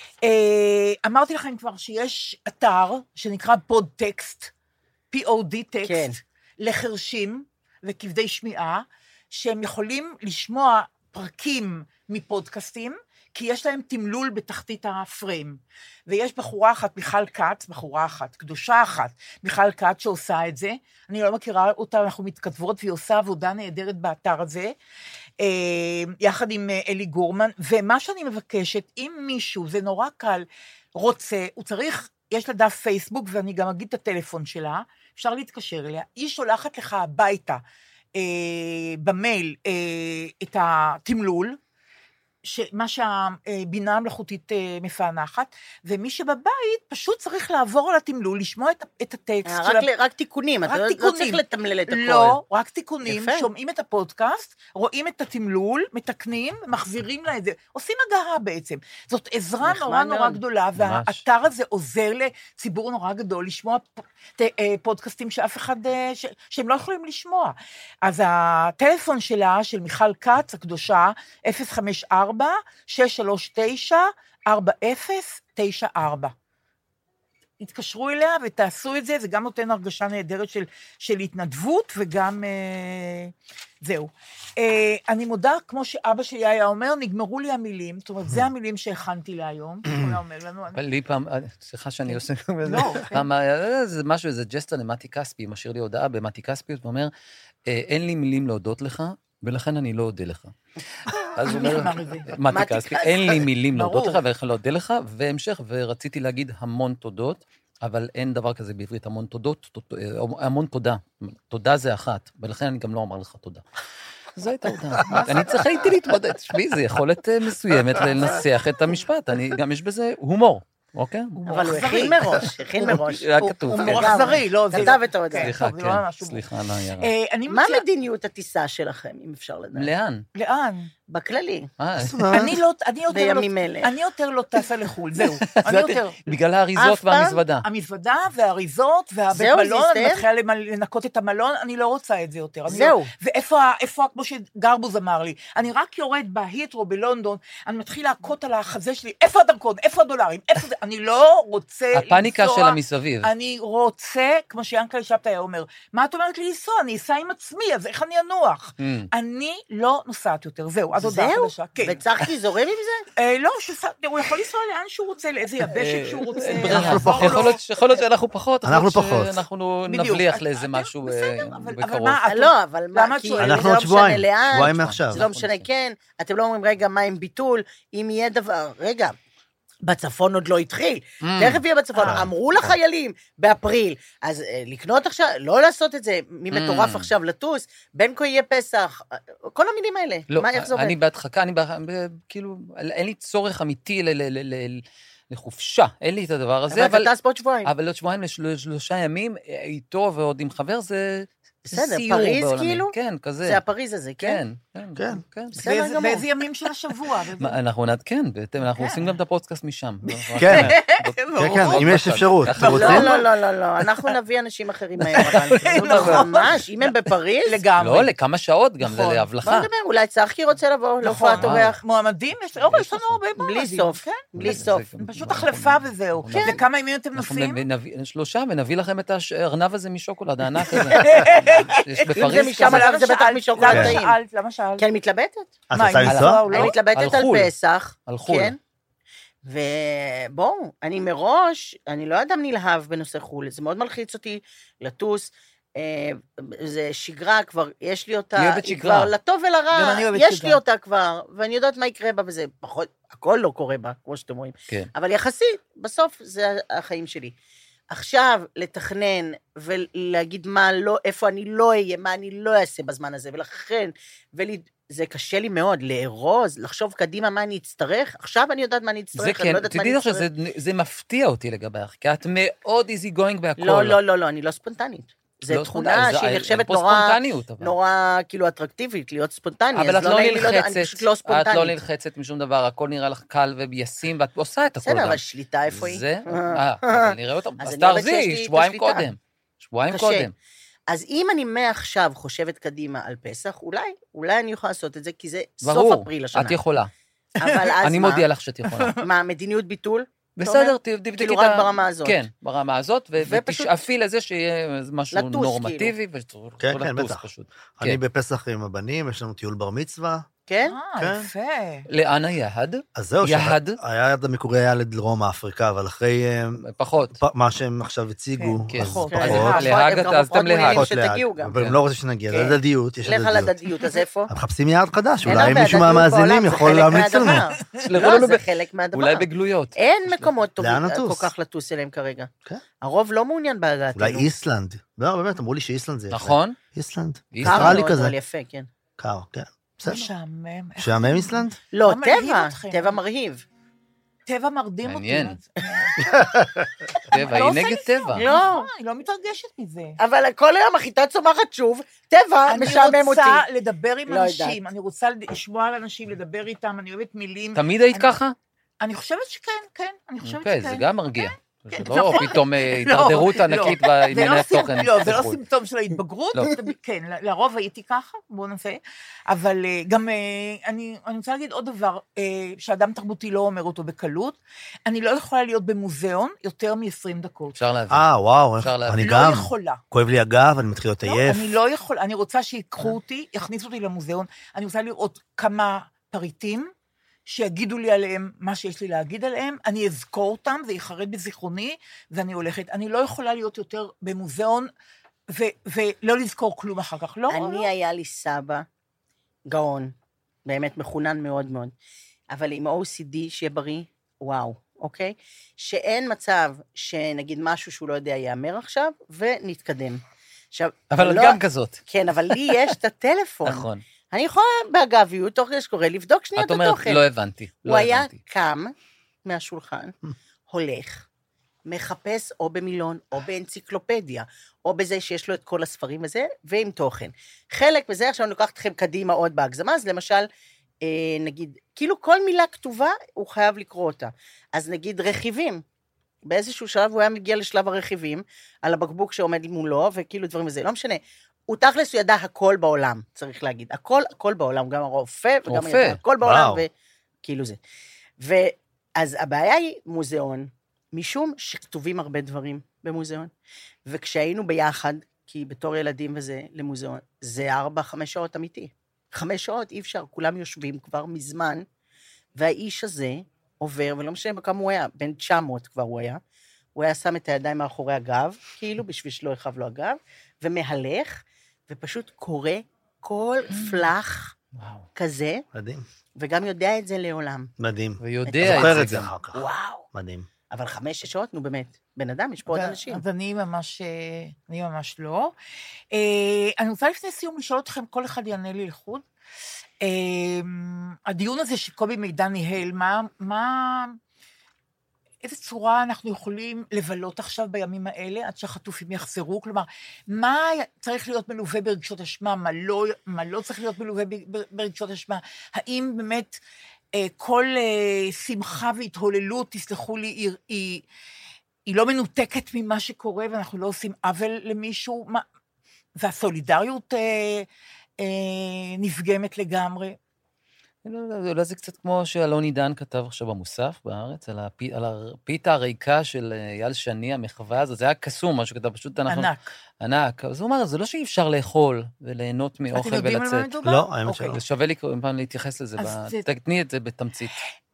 אמרתי לכם כבר שיש אתר שנקרא פודטקסט, פי או די טקסט, לחרשים וכבדי שמיעה, שהם יכולים לשמוע פרקים מפודקאסטים, כי יש להם תמלול בתחתית הפריים. ויש בחורה אחת, מיכל קאץ, בחורה אחת, קדושה אחת, מיכל קאץ שעושה את זה, אני לא מכירה אותה, אנחנו מתכתבות, והיא עושה עבודה נהדרת באתר הזה, יחד עם אלי גורמן, ומה שאני מבקשת, אם מישהו, זה נורא קל, רוצה, הוא צריך, יש לה דף פייסבוק, ואני גם אגיד את הטלפון שלה, אפשר להתקשר אליה, היא שולחת לך הביתה, אה, במייל, אה, את התמלול, מה שהבינה המלאכותית מפענחת, ומי שבבית פשוט צריך לעבור על התמלול, לשמוע את, את הטקסט. רק, של... רק תיקונים, אתה לא, לא צריך לתמלל את הכל. לא, רק תיקונים, יפה. שומעים את הפודקאסט, רואים את התמלול, מתקנים, מחזירים לה את זה, עושים הגהה בעצם. זאת עזרה נורא נורא מאוד. גדולה, והאתר הזה עוזר לציבור נורא גדול, לשמוע פודקאסטים שאף אחד, ש... שהם לא יכולים לשמוע. אז הטלפון שלה, של מיכל קאץ, הקדושה, אפס חמש ארבע שש שלוש תשע ארבע אפס תשע ארבע. התקשרו אליה ותעשו את זה, זה גם נותן הרגשה נהדרת של, של התנדבות, וגם אה, זהו. אה, אני מודה, כמו שאבא שלי היה אומר, נגמרו לי המילים, זאת אומרת, זה המילים שהכנתי להיום, הוא היה אומר לנו. אבל לי פעם, סליחה שאני עושה, פעם, זה משהו, איזה ג'סטה למתי כספי, משאיר לי הודעה במתי כספי, הוא אומר, אין לי מילים להודות לך, ולכן אני לא אודה לך. אז הוא אומר, מתי כספי, אין לי מילים להודות לך, ולכן לא אודה לך, והמשך, ורציתי להגיד המון תודות, אבל אין דבר כזה בעברית, המון תודות, המון תודה. תודה זה אחת, ולכן אני גם לא אומר לך תודה. זו הייתה הודעה. אני צריך הייתי להתמודד, שמי, זה יכולת מסוימת לנסח את המשפט, גם יש בזה הומור. אוקיי? אבל הוא הכין מראש, הכין מראש. הוא מראש אכזרי, לא, זה... כתב את ההודעה. סליחה, כן, סליחה, לא היה רע. מה מדיניות הטיסה שלכם, אם אפשר לדעת? לאן? לאן? בכללי. בימים אלה. אני יותר לא טסה לחול, זהו. בגלל האריזות והמזוודה. המזוודה והאריזות והבית מלון, אני מתחילה לנקות את המלון, אני לא רוצה את זה יותר. זהו. ואיפה, כמו שגרבוז אמר לי, אני רק יורד בהיטרו בלונדון, אני מתחיל להכות על החזה שלי, איפה הדרכון, איפה הדולרים, איפה זה, אני לא רוצה לנסוע. הפאניקה של המסביב. אני רוצה, כמו שיאנקל שבתאי אומר, מה את אומרת לי לנסוע? אני אסע עם עצמי, אז איך אני אנוח? אני לא נוסעת יותר, זהו. זהו? וצחקי זורם עם זה? לא, הוא יכול לנסוע לאן שהוא רוצה, לאיזה יבשת שהוא רוצה. יכול להיות שאנחנו פחות. אנחנו פחות. אנחנו נבליח לאיזה משהו בקרוב. לא, אבל מה? אנחנו עוד שבועיים, שבועיים מעכשיו. זה לא משנה, כן. אתם לא אומרים, רגע, מה עם ביטול? אם יהיה דבר, רגע. בצפון עוד לא התחיל, תכף יהיה בצפון, אמרו לחיילים באפריל, אז לקנות עכשיו, לא לעשות את זה, מי מטורף עכשיו לטוס, בין כה יהיה פסח, כל המילים האלה, מה, איך זה עובד? אני בהדחקה, אני כאילו, אין לי צורך אמיתי לחופשה, אין לי את הדבר הזה, אבל אתה טס בעוד שבועיים. אבל עוד שבועיים לשלושה ימים, איתו ועוד עם חבר, זה... בסדר, פריז כאילו? כן, כזה. זה הפריז הזה, כן? כן, כן. באיזה ימים של השבוע? אנחנו נעדכן, אנחנו עושים גם את הפודקאסט משם. כן, כן, אם יש אפשרות. לא, לא, לא, לא, לא, אנחנו נביא אנשים אחרים מהר, אבל ממש, אם הם בפריז? לגמרי. לא, לכמה שעות גם, זה להבלחה. בוא נדבר, אולי צחקי רוצה לבוא, להופעת אורח. מועמדים, יש לנו הרבה מועמדים. בלי סוף, בלי סוף. פשוט החלפה וזהו. לכמה ימים אתם נוסעים? שלושה, ונביא לכם את הארנב הזה משוקולד, הענק הזה. אם זה משם עליו, זה בטח משוקולד טעים. למה שאלת? כי אני מתלבטת. אז אתה לנסוע? אני מתלבטת על פסח. על חול. ובואו, אני מראש, אני לא אדם נלהב בנושא חול, זה מאוד מלחיץ אותי לטוס, זה שגרה כבר, יש לי אותה, אני אוהבת שגרה. לטוב ולרע, יש לי אותה כבר, ואני יודעת מה יקרה בה, וזה פחות, הכל לא קורה בה, כמו שאתם רואים. אבל יחסית, בסוף זה החיים שלי. עכשיו לתכנן ולהגיד מה לא, איפה אני לא אהיה, מה אני לא אעשה בזמן הזה, ולכן, זה קשה לי מאוד, לארוז, לחשוב קדימה מה אני אצטרך, עכשיו אני יודעת מה אני אצטרך, אני לא יודעת מה אני אצטרך. תדעי לך שזה מפתיע אותי לגביך, כי את מאוד easy going בהכל. לא, לא, לא, לא, אני לא ספונטנית. זו תכונה שהיא נחשבת נורא, נורא כאילו אטרקטיבית, להיות ספונטנית. אבל את לא נלחצת, את לא נלחצת משום דבר, הכל נראה לך קל ובישים, ואת עושה את הכל גם. בסדר, אבל שליטה איפה היא? זה, אה, אבל נראה אותם. אז תרזי, שבועיים קודם. שבועיים קודם. אז אם אני מעכשיו חושבת קדימה על פסח, אולי, אולי אני יכולה לעשות את זה, כי זה סוף אפריל השנה. ברור, את יכולה. אבל אז מה? אני מודיע לך שאת יכולה. מה, מדיניות ביטול? בסדר, תבדקי את ה... כאילו רק ברמה הזאת. כן, ברמה הזאת, ותשאפי לזה שיהיה משהו נורמטיבי, כן, כן, בטח. אני בפסח עם הבנים, יש לנו טיול בר מצווה. כן? אה, יפה. לאן היעד? אז זהו, היעד המקורי היה לדרום אפריקה, אבל אחרי... פחות. מה שהם עכשיו הציגו, אז פחות. להג, אז אתם להג. אבל הם לא רוצים שנגיע, זה הדדיות, יש לך על הדדיות, אז איפה? הם מחפשים יעד חדש, אולי מישהו מהמאזינים יכול להמליץ לנו. לא, זה חלק מהדבר. אולי בגלויות. אין מקומות טובים כל כך לטוס אליהם כרגע. הרוב לא מעוניין בהגעתנו. אולי איסלנד. לא, באמת, אמרו לי שאיסלנד זה יפה. נכון. איסלנד. קר מאוד, אבל יפה, כן. קר, כן. משעמם. משעמם איסלנד? לא, טבע, טבע מרהיב. טבע מרדים אותי. מעניין. טבע, היא נגד טבע. לא. היא לא מתרגשת מזה. אבל כל היום החיטה צומחת שוב, טבע משעמם אותי. אני רוצה לדבר עם אנשים, אני רוצה לשמוע על אנשים, לדבר איתם, אני אוהבת מילים. תמיד היית ככה? אני חושבת שכן, כן, אני חושבת שכן. שכן. זה גם מרגיע. לא פתאום התדרדרות ענקית בענייני התוכן. לא, זה לא סימפטום של ההתבגרות, כן, לרוב הייתי ככה, בואו נעשה, אבל גם אני רוצה להגיד עוד דבר, שאדם תרבותי לא אומר אותו בקלות, אני לא יכולה להיות במוזיאון יותר מ-עשרים דקות. אפשר להבין. אה, וואו, אני גם, לא יכולה. כואב לי הגב, אני מתחיל להיות עייף. אני לא יכולה, אני רוצה שיקחו אותי, יכניסו אותי למוזיאון, אני רוצה לראות כמה פריטים, שיגידו לי עליהם מה שיש לי להגיד עליהם, אני אזכור אותם, זה יחרד בזיכרוני, ואני הולכת. אני לא יכולה להיות יותר במוזיאון, ו- ולא לזכור כלום אחר כך. לא, אני לא. היה לי סבא, גאון, באמת מחונן מאוד מאוד, אבל עם ה-או סי די שיהיה בריא, וואו, אוקיי? שאין מצב שנגיד משהו שהוא לא יודע יאמר עכשיו, ונתקדם. עכשיו, אבל לא, גם כזאת. כן, אבל לי יש את הטלפון. נכון. אני יכולה באגביות, תוך כדי שקורא, לבדוק שנייה את התוכן. את אומרת, לא הבנתי. הוא היה קם מהשולחן, הולך, מחפש או במילון, או באנציקלופדיה, או בזה שיש לו את כל הספרים הזה, ועם תוכן. חלק בזה, עכשיו אני לוקחת אתכם קדימה עוד בהגזמה, אז למשל, אה, נגיד, כאילו כל מילה כתובה, הוא חייב לקרוא אותה. אז נגיד רכיבים, באיזשהו שלב הוא היה מגיע לשלב הרכיבים, על הבקבוק שעומד מולו, וכאילו דברים וזה, לא משנה. הוא תכלס, הוא ידע הכל בעולם, צריך להגיד. הכל, הכל בעולם, גם הרופא, וגם רופא. ידע הכל בעולם, וכאילו זה. ואז הבעיה היא מוזיאון, משום שכתובים הרבה דברים במוזיאון, וכשהיינו ביחד, כי בתור ילדים וזה למוזיאון, זה ארבע, חמש שעות אמיתי. חמש שעות אי אפשר, כולם יושבים כבר מזמן, והאיש הזה עובר, ולא משנה בכמה הוא היה, בין תשע מאות כבר הוא היה, הוא היה שם את הידיים מאחורי הגב, כאילו בשביל שלא יחב לו הגב, ומהלך, ופשוט קורא כל פלח כזה, מדהים. וגם יודע את זה לעולם. מדהים. ויודע את זה אחר כך. וואו. מדהים. אבל חמש שעות, נו באמת, בן אדם, יש פה עוד אנשים. אז אני ממש, אני ממש לא. אני רוצה לפני סיום לשאול אתכם, כל אחד יענה לי לחוד. הדיון הזה שקובי מידע ניהל, מה, מה, איזה צורה אנחנו יכולים לבלות עכשיו בימים האלה, עד שהחטופים יחזרו? כלומר, מה צריך להיות מלווה ברגשות אשמה, מה לא, מה לא צריך להיות מלווה ברגשות אשמה? האם באמת כל שמחה והתהוללות, תסלחו לי, היא, היא, היא לא מנותקת ממה שקורה, ואנחנו לא עושים עוול למישהו? מה, והסולידריות אה, אה, נפגמת לגמרי? אולי זה קצת כמו שאלון עידן כתב עכשיו במוסף בארץ, על, הפי, על הפיתה הריקה של אייל שני, המחווה הזאת, זה היה קסום, משהו כתב, פשוט אנחנו... ענק. ענק. אז הוא אומר, זה לא שאי אפשר לאכול וליהנות מאוכל ולצאת. אתם יודעים על מה מדובר? לא, האמת שלא. זה שווה לי פעם להתייחס לזה, תתני את זה בתמצית.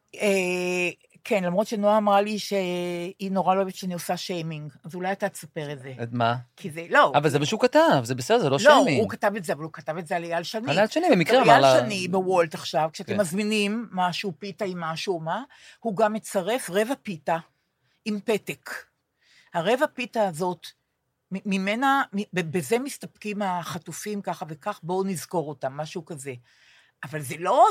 כן, למרות שנועה אמרה לי שהיא נורא לא אוהבת שאני עושה שיימינג, אז אולי אתה תספר את זה. את מה? כי זה, לא. אבל זה משהו כתב, זה בסדר, זה לא שיימינג. לא, הוא כתב את זה, אבל הוא כתב את זה על אייל שני. על אייל שני, במקרה אמר לה... אייל שני בוולט עכשיו, כשאתם מזמינים משהו, פיתה עם משהו, מה? הוא גם מצרף רבע פיתה עם פתק. הרבע פיתה הזאת, ממנה, בזה מסתפקים החטופים ככה וכך, בואו נזכור אותם, משהו כזה. אבל זה לא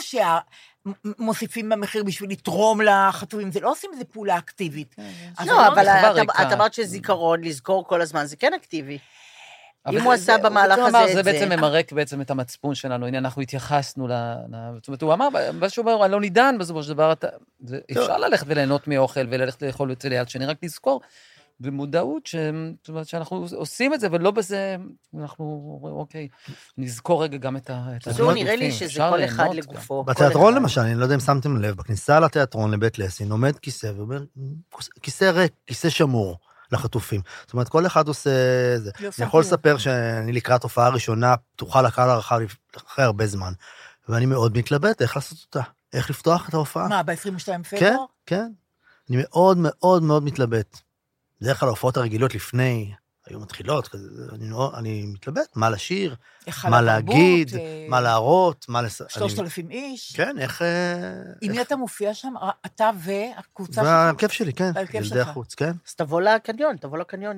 שמוסיפים במחיר בשביל לתרום לחטופים, זה לא עושים איזה פעולה אקטיבית. לא, אבל את אמרת שזיכרון, לזכור כל הזמן, זה כן אקטיבי. אם הוא עשה במהלך הזה את זה... זה בעצם ממרק בעצם את המצפון שלנו, הנה אנחנו התייחסנו ל... זאת אומרת, הוא אמר, משהו אומר, לא נידן, בסופו של דבר, אפשר ללכת וליהנות מאוכל, וללכת לאכול אצל יד שני, רק לזכור, במודעות שאנחנו עושים את זה, ולא בזה, אנחנו אומרים, אוקיי, נזכור רגע גם את ה... זו נראה לי שזה כל אחד לגופו. בתיאטרון למשל, אני לא יודע אם שמתם לב, בכניסה לתיאטרון לבית לסין, עומד כיסא, ואומר, כיסא ריק, כיסא שמור לחטופים. זאת אומרת, כל אחד עושה זה. אני יכול לספר שאני לקראת הופעה ראשונה, פתוחה לקהל הרחב אחרי הרבה זמן, ואני מאוד מתלבט איך לעשות אותה, איך לפתוח את ההופעה. מה, ב-עשרים ושתיים פברואר? כן, כן. אני מאוד מאוד מאוד מתלבט. בדרך כלל ההופעות הרגילות לפני, היו מתחילות, אני, אני מתלבט, מה לשיר, מה להגיד, מה להראות, מה לס... שלושת אלפים איש. כן, איך... עם מי אתה מופיע שם? אתה והקבוצה שלך? והכיף שלי, כן, ילדי החוץ, כן. אז תבוא לקניון, תבוא לקניון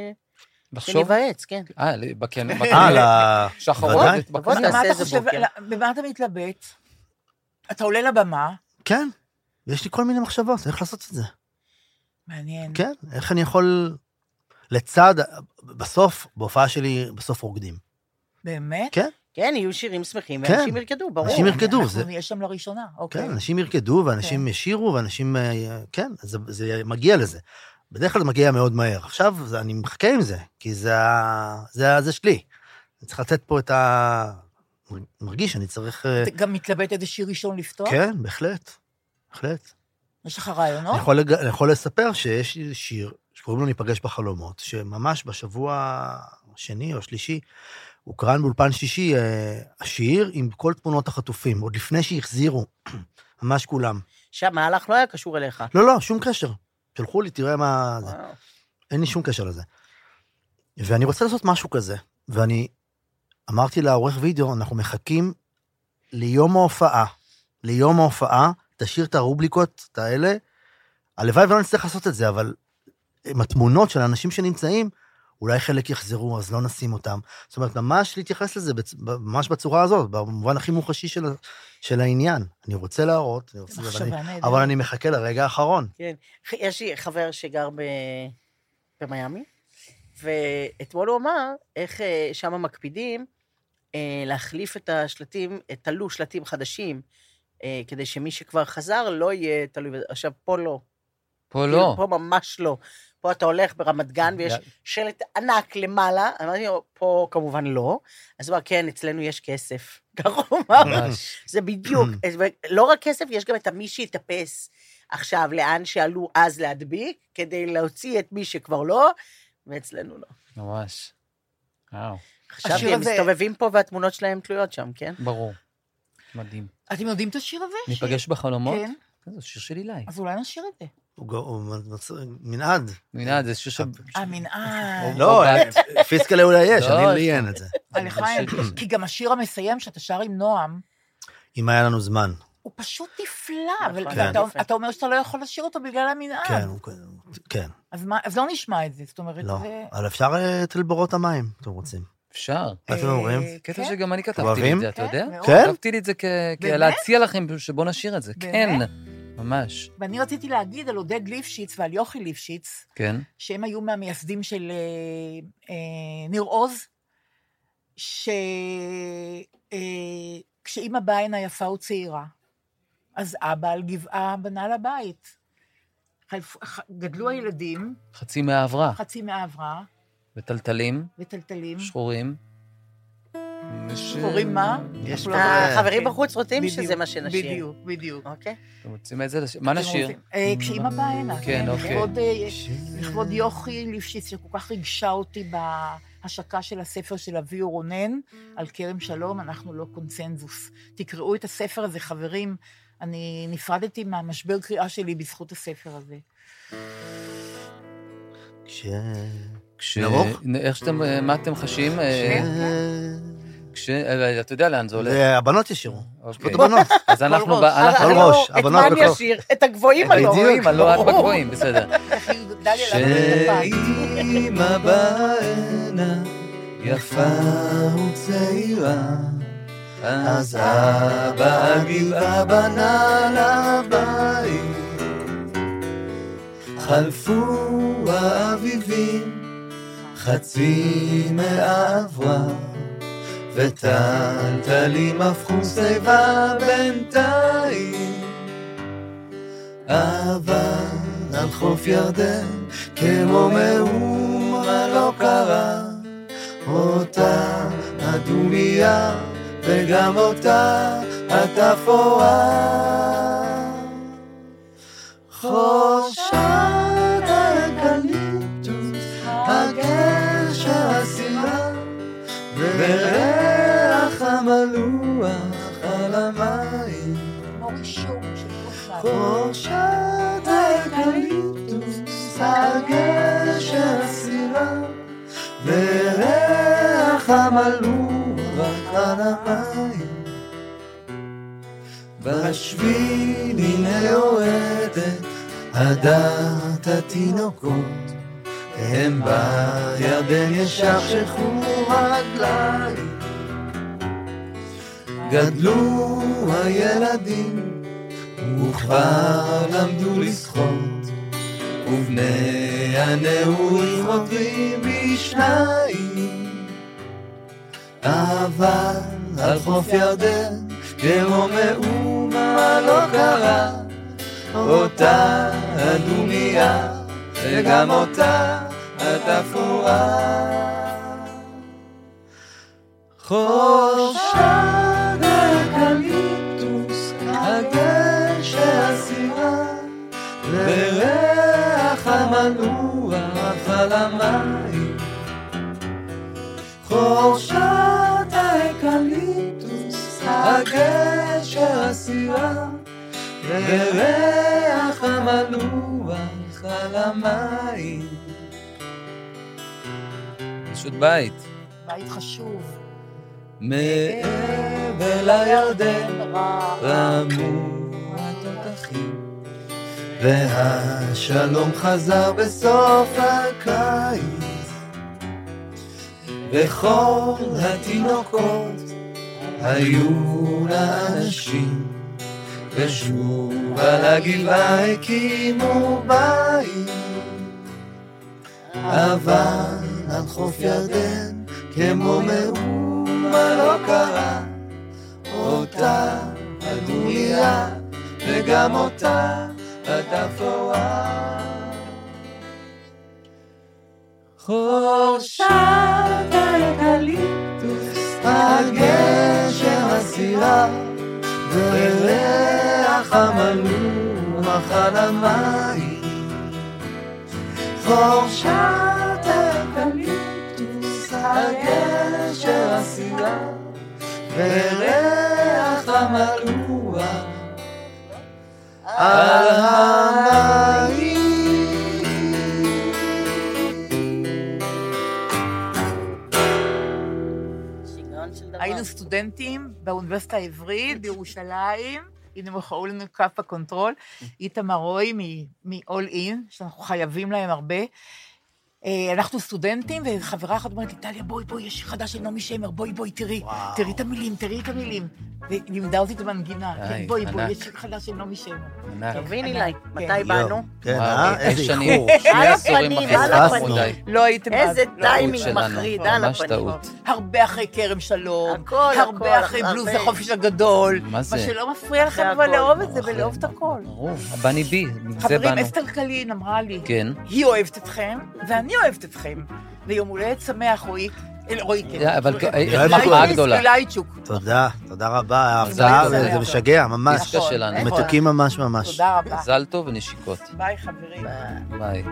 שניוועץ, כן. אה, בקניון. אה, שחרות. תבוא, תעשה איזה בוקר. במה אתה מתלבט? אתה עולה לבמה? כן, יש לי כל מיני מחשבות, איך לעשות את זה. מעניין. כן, איך אני יכול לצד, בסוף, בהופעה שלי, בסוף רוקדים. באמת? כן. כן, יהיו שירים שמחים, ואנשים ירקדו, ברור. אנשים ירקדו. אנחנו נהיה שם לראשונה, אוקיי. כן, אנשים ירקדו, ואנשים ישירו, ואנשים, כן, זה מגיע לזה. בדרך כלל זה מגיע מאוד מהר. עכשיו, אני מחכה עם זה, כי זה שלי. אני צריך לתת פה את ה... מרגיש, אני צריך... אתה גם מתלבט איזה שיר ראשון לפתוח? כן, בהחלט. בהחלט. יש לך רעיונות? אני יכול, אני יכול לספר שיש שיר שקוראים לו ניפגש בחלומות, שממש בשבוע השני או שלישי, הוקרן באולפן שישי השיר עם כל תמונות החטופים, עוד לפני שהחזירו, ממש כולם. שהמהלך לא היה קשור אליך. לא, לא, שום קשר. שלחו לי, תראה מה זה. אין לי שום קשר לזה. ואני רוצה לעשות משהו כזה, ואני אמרתי לעורך וידאו, אנחנו מחכים ליום ההופעה, ליום ההופעה, תשאיר את הרובליקות, את האלה, הלוואי ולא נצטרך לעשות את זה, אבל עם התמונות של האנשים שנמצאים, אולי חלק יחזרו, אז לא נשים אותם. זאת אומרת, ממש להתייחס לזה, ממש בצורה הזאת, במובן הכי מוחשי של, של העניין. אני רוצה להראות, אני רוצה, אבל, אני, אבל אני מחכה לרגע האחרון. כן, יש לי חבר שגר ב... במיאמי, ואתמול הוא אמר, איך שם מקפידים להחליף את השלטים, תלו שלטים חדשים, כדי שמי שכבר חזר לא יהיה תלוי. עכשיו, פה לא. פה לא. פה ממש לא. פה אתה הולך ברמת גן, ויש שלט ענק למעלה, אמרתי לו, פה כמובן לא. אז הוא אמר, כן, אצלנו יש כסף. ככה הוא אמר. זה בדיוק. לא רק כסף, יש גם את מי שיתאפס עכשיו, לאן שעלו אז להדביק, כדי להוציא את מי שכבר לא, ואצלנו לא. ממש. וואו. עכשיו הם מסתובבים פה, והתמונות שלהם תלויות שם, כן? ברור. מדהים. אתם יודעים את השיר הזה? ניפגש בחלומות? כן. זה שיר של אילי. אז אולי נשיר את זה. הוא מנעד. מנעד, זה שיר שם... אה, מנעד. לא, פיסקלה אולי יש, אני ליין את זה. כי גם השיר המסיים שאתה שר עם נועם, אם היה לנו זמן. הוא פשוט נפלא, אבל אתה אומר שאתה לא יכול לשיר אותו בגלל המנהג. כן, כן. אז לא נשמע את זה, זאת אומרת... לא, אבל אפשר את בורות המים, אתם רוצים. אפשר. מה אתם אומרים? קטע שגם אני כתבתי את זה, אתה יודע? כן? כתבתי לי את זה כלהציע לכם שבוא נשיר את זה. כן, ממש. ואני רציתי להגיד על עודד ליפשיץ ועל יוכי ליפשיץ, שהם היו מהמייסדים של ניר עוז, שכשאמא באה הנה יפה וצעירה, אז אבא על גבעה בנה לבית. גדלו הילדים. חצי מהעברה. חצי מהעברה. וטלטלים. וטלטלים. שחורים. שחורים מה? החברים בחוץ רוצים שזה מה שנשיר. בדיוק, בדיוק. אוקיי. אתם רוצים את זה? מה נשיר? כשאמא באה הנה. כן, אוקיי. לכבוד יוכי ליפשיץ, שכל כך ריגשה אותי בהשקה של הספר של אבי רונן, על כרם שלום, אנחנו לא קונצנזוס. תקראו את הספר הזה, חברים. אני נפרדתי מהמשבר קריאה שלי בזכות הספר הזה. כש... כש... איך שאתם, מה אתם חשים? כש... אתה יודע לאן זה הולך? הבנות ישירו. אוקיי. הבנות. אז אנחנו... כל ראש, את מה אני אשיר? את הגבוהים הלא. בדיוק, הלא את בגבוהים, בסדר. שאמא באה הנה יפה וצעירה, אז אבא גבעה בנה לבית, חלפו האביבים חצי מעברה, וטלטלים הפכו שיבה בינתיים, אבל על חוף ירדן כמו מאומה לא קרה, אותה הדומיה וגם אותה התפורה, חושת האקליפטוס, הגשר הסירה, וריח המלוח על המים, חושת האקליפטוס, הגשר הסירה, וריח המלוח על המים, בשביל הנה יורדת הדת התינוקות, הם בירדן ישכשכו רגליים, גדלו הילדים וכבר למדו לשחות, ובני הנעורים עוברים בשניים, אבל על חוף ירדן כמו מאומה לא קרה, אותה הדומיה וגם אותה התפורה, חושת האקליפטוס, הגשר הסירה, וריח המלוח על המים, חורשת האקליפטוס, הגשר הסירה, וריח המלוח על המים. פשוט בית. בית חשוב. מעבר לירדן רמו התותחים, והשלום חזר בסוף הקיץ, וכל התינוקות היו לאנשים, ושוב על הגבעה הקימו בית, אבל על חוף ירדן כמו מאומה לא קרה, אותה הדומיה וגם אותה התפורה, חורשת האקליפטוס, הגשר הסירה, וריח המלוח על המים, חורשת האקליפטוס, הגשר הסירה, וריח המלוח על המים. היינו סטודנטים באוניברסיטה העברית בירושלים, הנה מחאו לנו כף הקונטרול, איתמר רוי מ-All In, שאנחנו חייבים להם הרבה. אנחנו סטודנטים, וחברה אחת אומרת לי, טליה, בואי, בואי, יש חדש של נעמי שמר, בואי, בואי, תראי, תראי את המילים, תראי את המילים. ולימדה אותי את המנגינה, בואי, בואי, יש חדש של נעמי שמר. תבין אליי, מתי באנו? כן, אה? איזה איחור. על הפנים, על הפנים. לא הייתם... איזה טיימינג מחריד, על הפנים. הרבה אחרי כרם שלום, הכל, הכל. הרבה אחרי בלוז החופש הגדול. מה זה? מה שלא מפריע לכם אבל לאהוב את זה ולאהוב את הכל. ברור, הבני בי, זה חברים, באנו. אסתר קלין אמרה לי, כן. היא אוהבת אתכם, ואני אוהבת אתכם. ויום הולדת שמח, רועי, רועי כן. אבל מחמאה גדולה. תודה, תודה רבה, זה משגע, ממש. פיסקה שלנו. מתוקים ממש ממש. תודה רבה. מזל טוב ונשיקות. ביי חברים. ביי.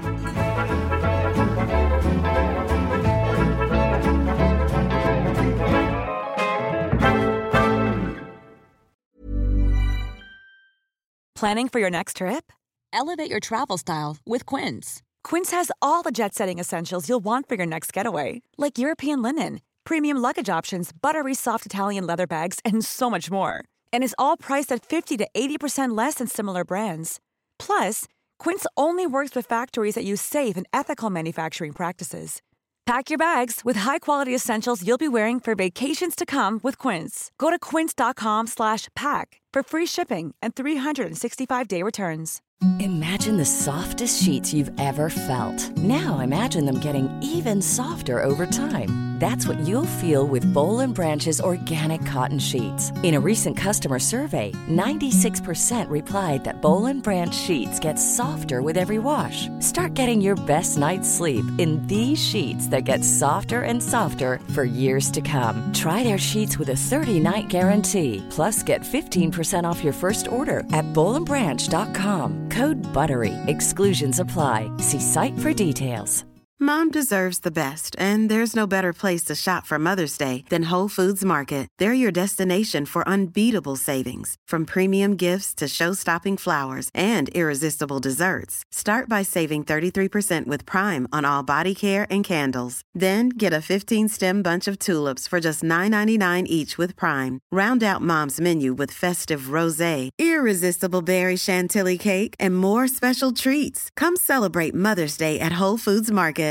Planning for your next trip? Elevate your travel style with Quince. Quince has all the jet-setting essentials you'll want for your next getaway, like European linen, premium luggage options, buttery soft Italian leather bags, and so much more. And is all priced at fifty to eighty percent less than similar brands. Plus, Quince only works with factories that use safe and ethical manufacturing practices. Pack your bags with high-quality essentials you'll be wearing for vacations to come with Quince. Go to quince.com slash pack for free shipping and three sixty-five day returns. Imagine the softest sheets you've ever felt. Now imagine them getting even softer over time. That's what you'll feel with Boll and Branch's organic cotton sheets. In a recent customer survey, ninety-six percent replied that Boll and Branch sheets get softer with every wash. Start getting your best night's sleep in these sheets that get softer and softer for years to come. Try their sheets with a thirty-night guarantee. Plus, get fifteen percent off your first order at boll and branch dot com. Code BUTTERY. Exclusions apply. See site for details. Mom deserves the best, and there's no better place to shop for Mother's Day than Whole Foods Market. They're your destination for unbeatable savings, from premium gifts to show-stopping flowers and irresistible desserts. Start by saving thirty-three percent with Prime on all body care and candles. Then get a fifteen-stem bunch of tulips for just nine ninety-nine each with Prime. Round out Mom's menu with festive rosé, irresistible berry chantilly cake, and more special treats. Come celebrate Mother's Day at Whole Foods Market.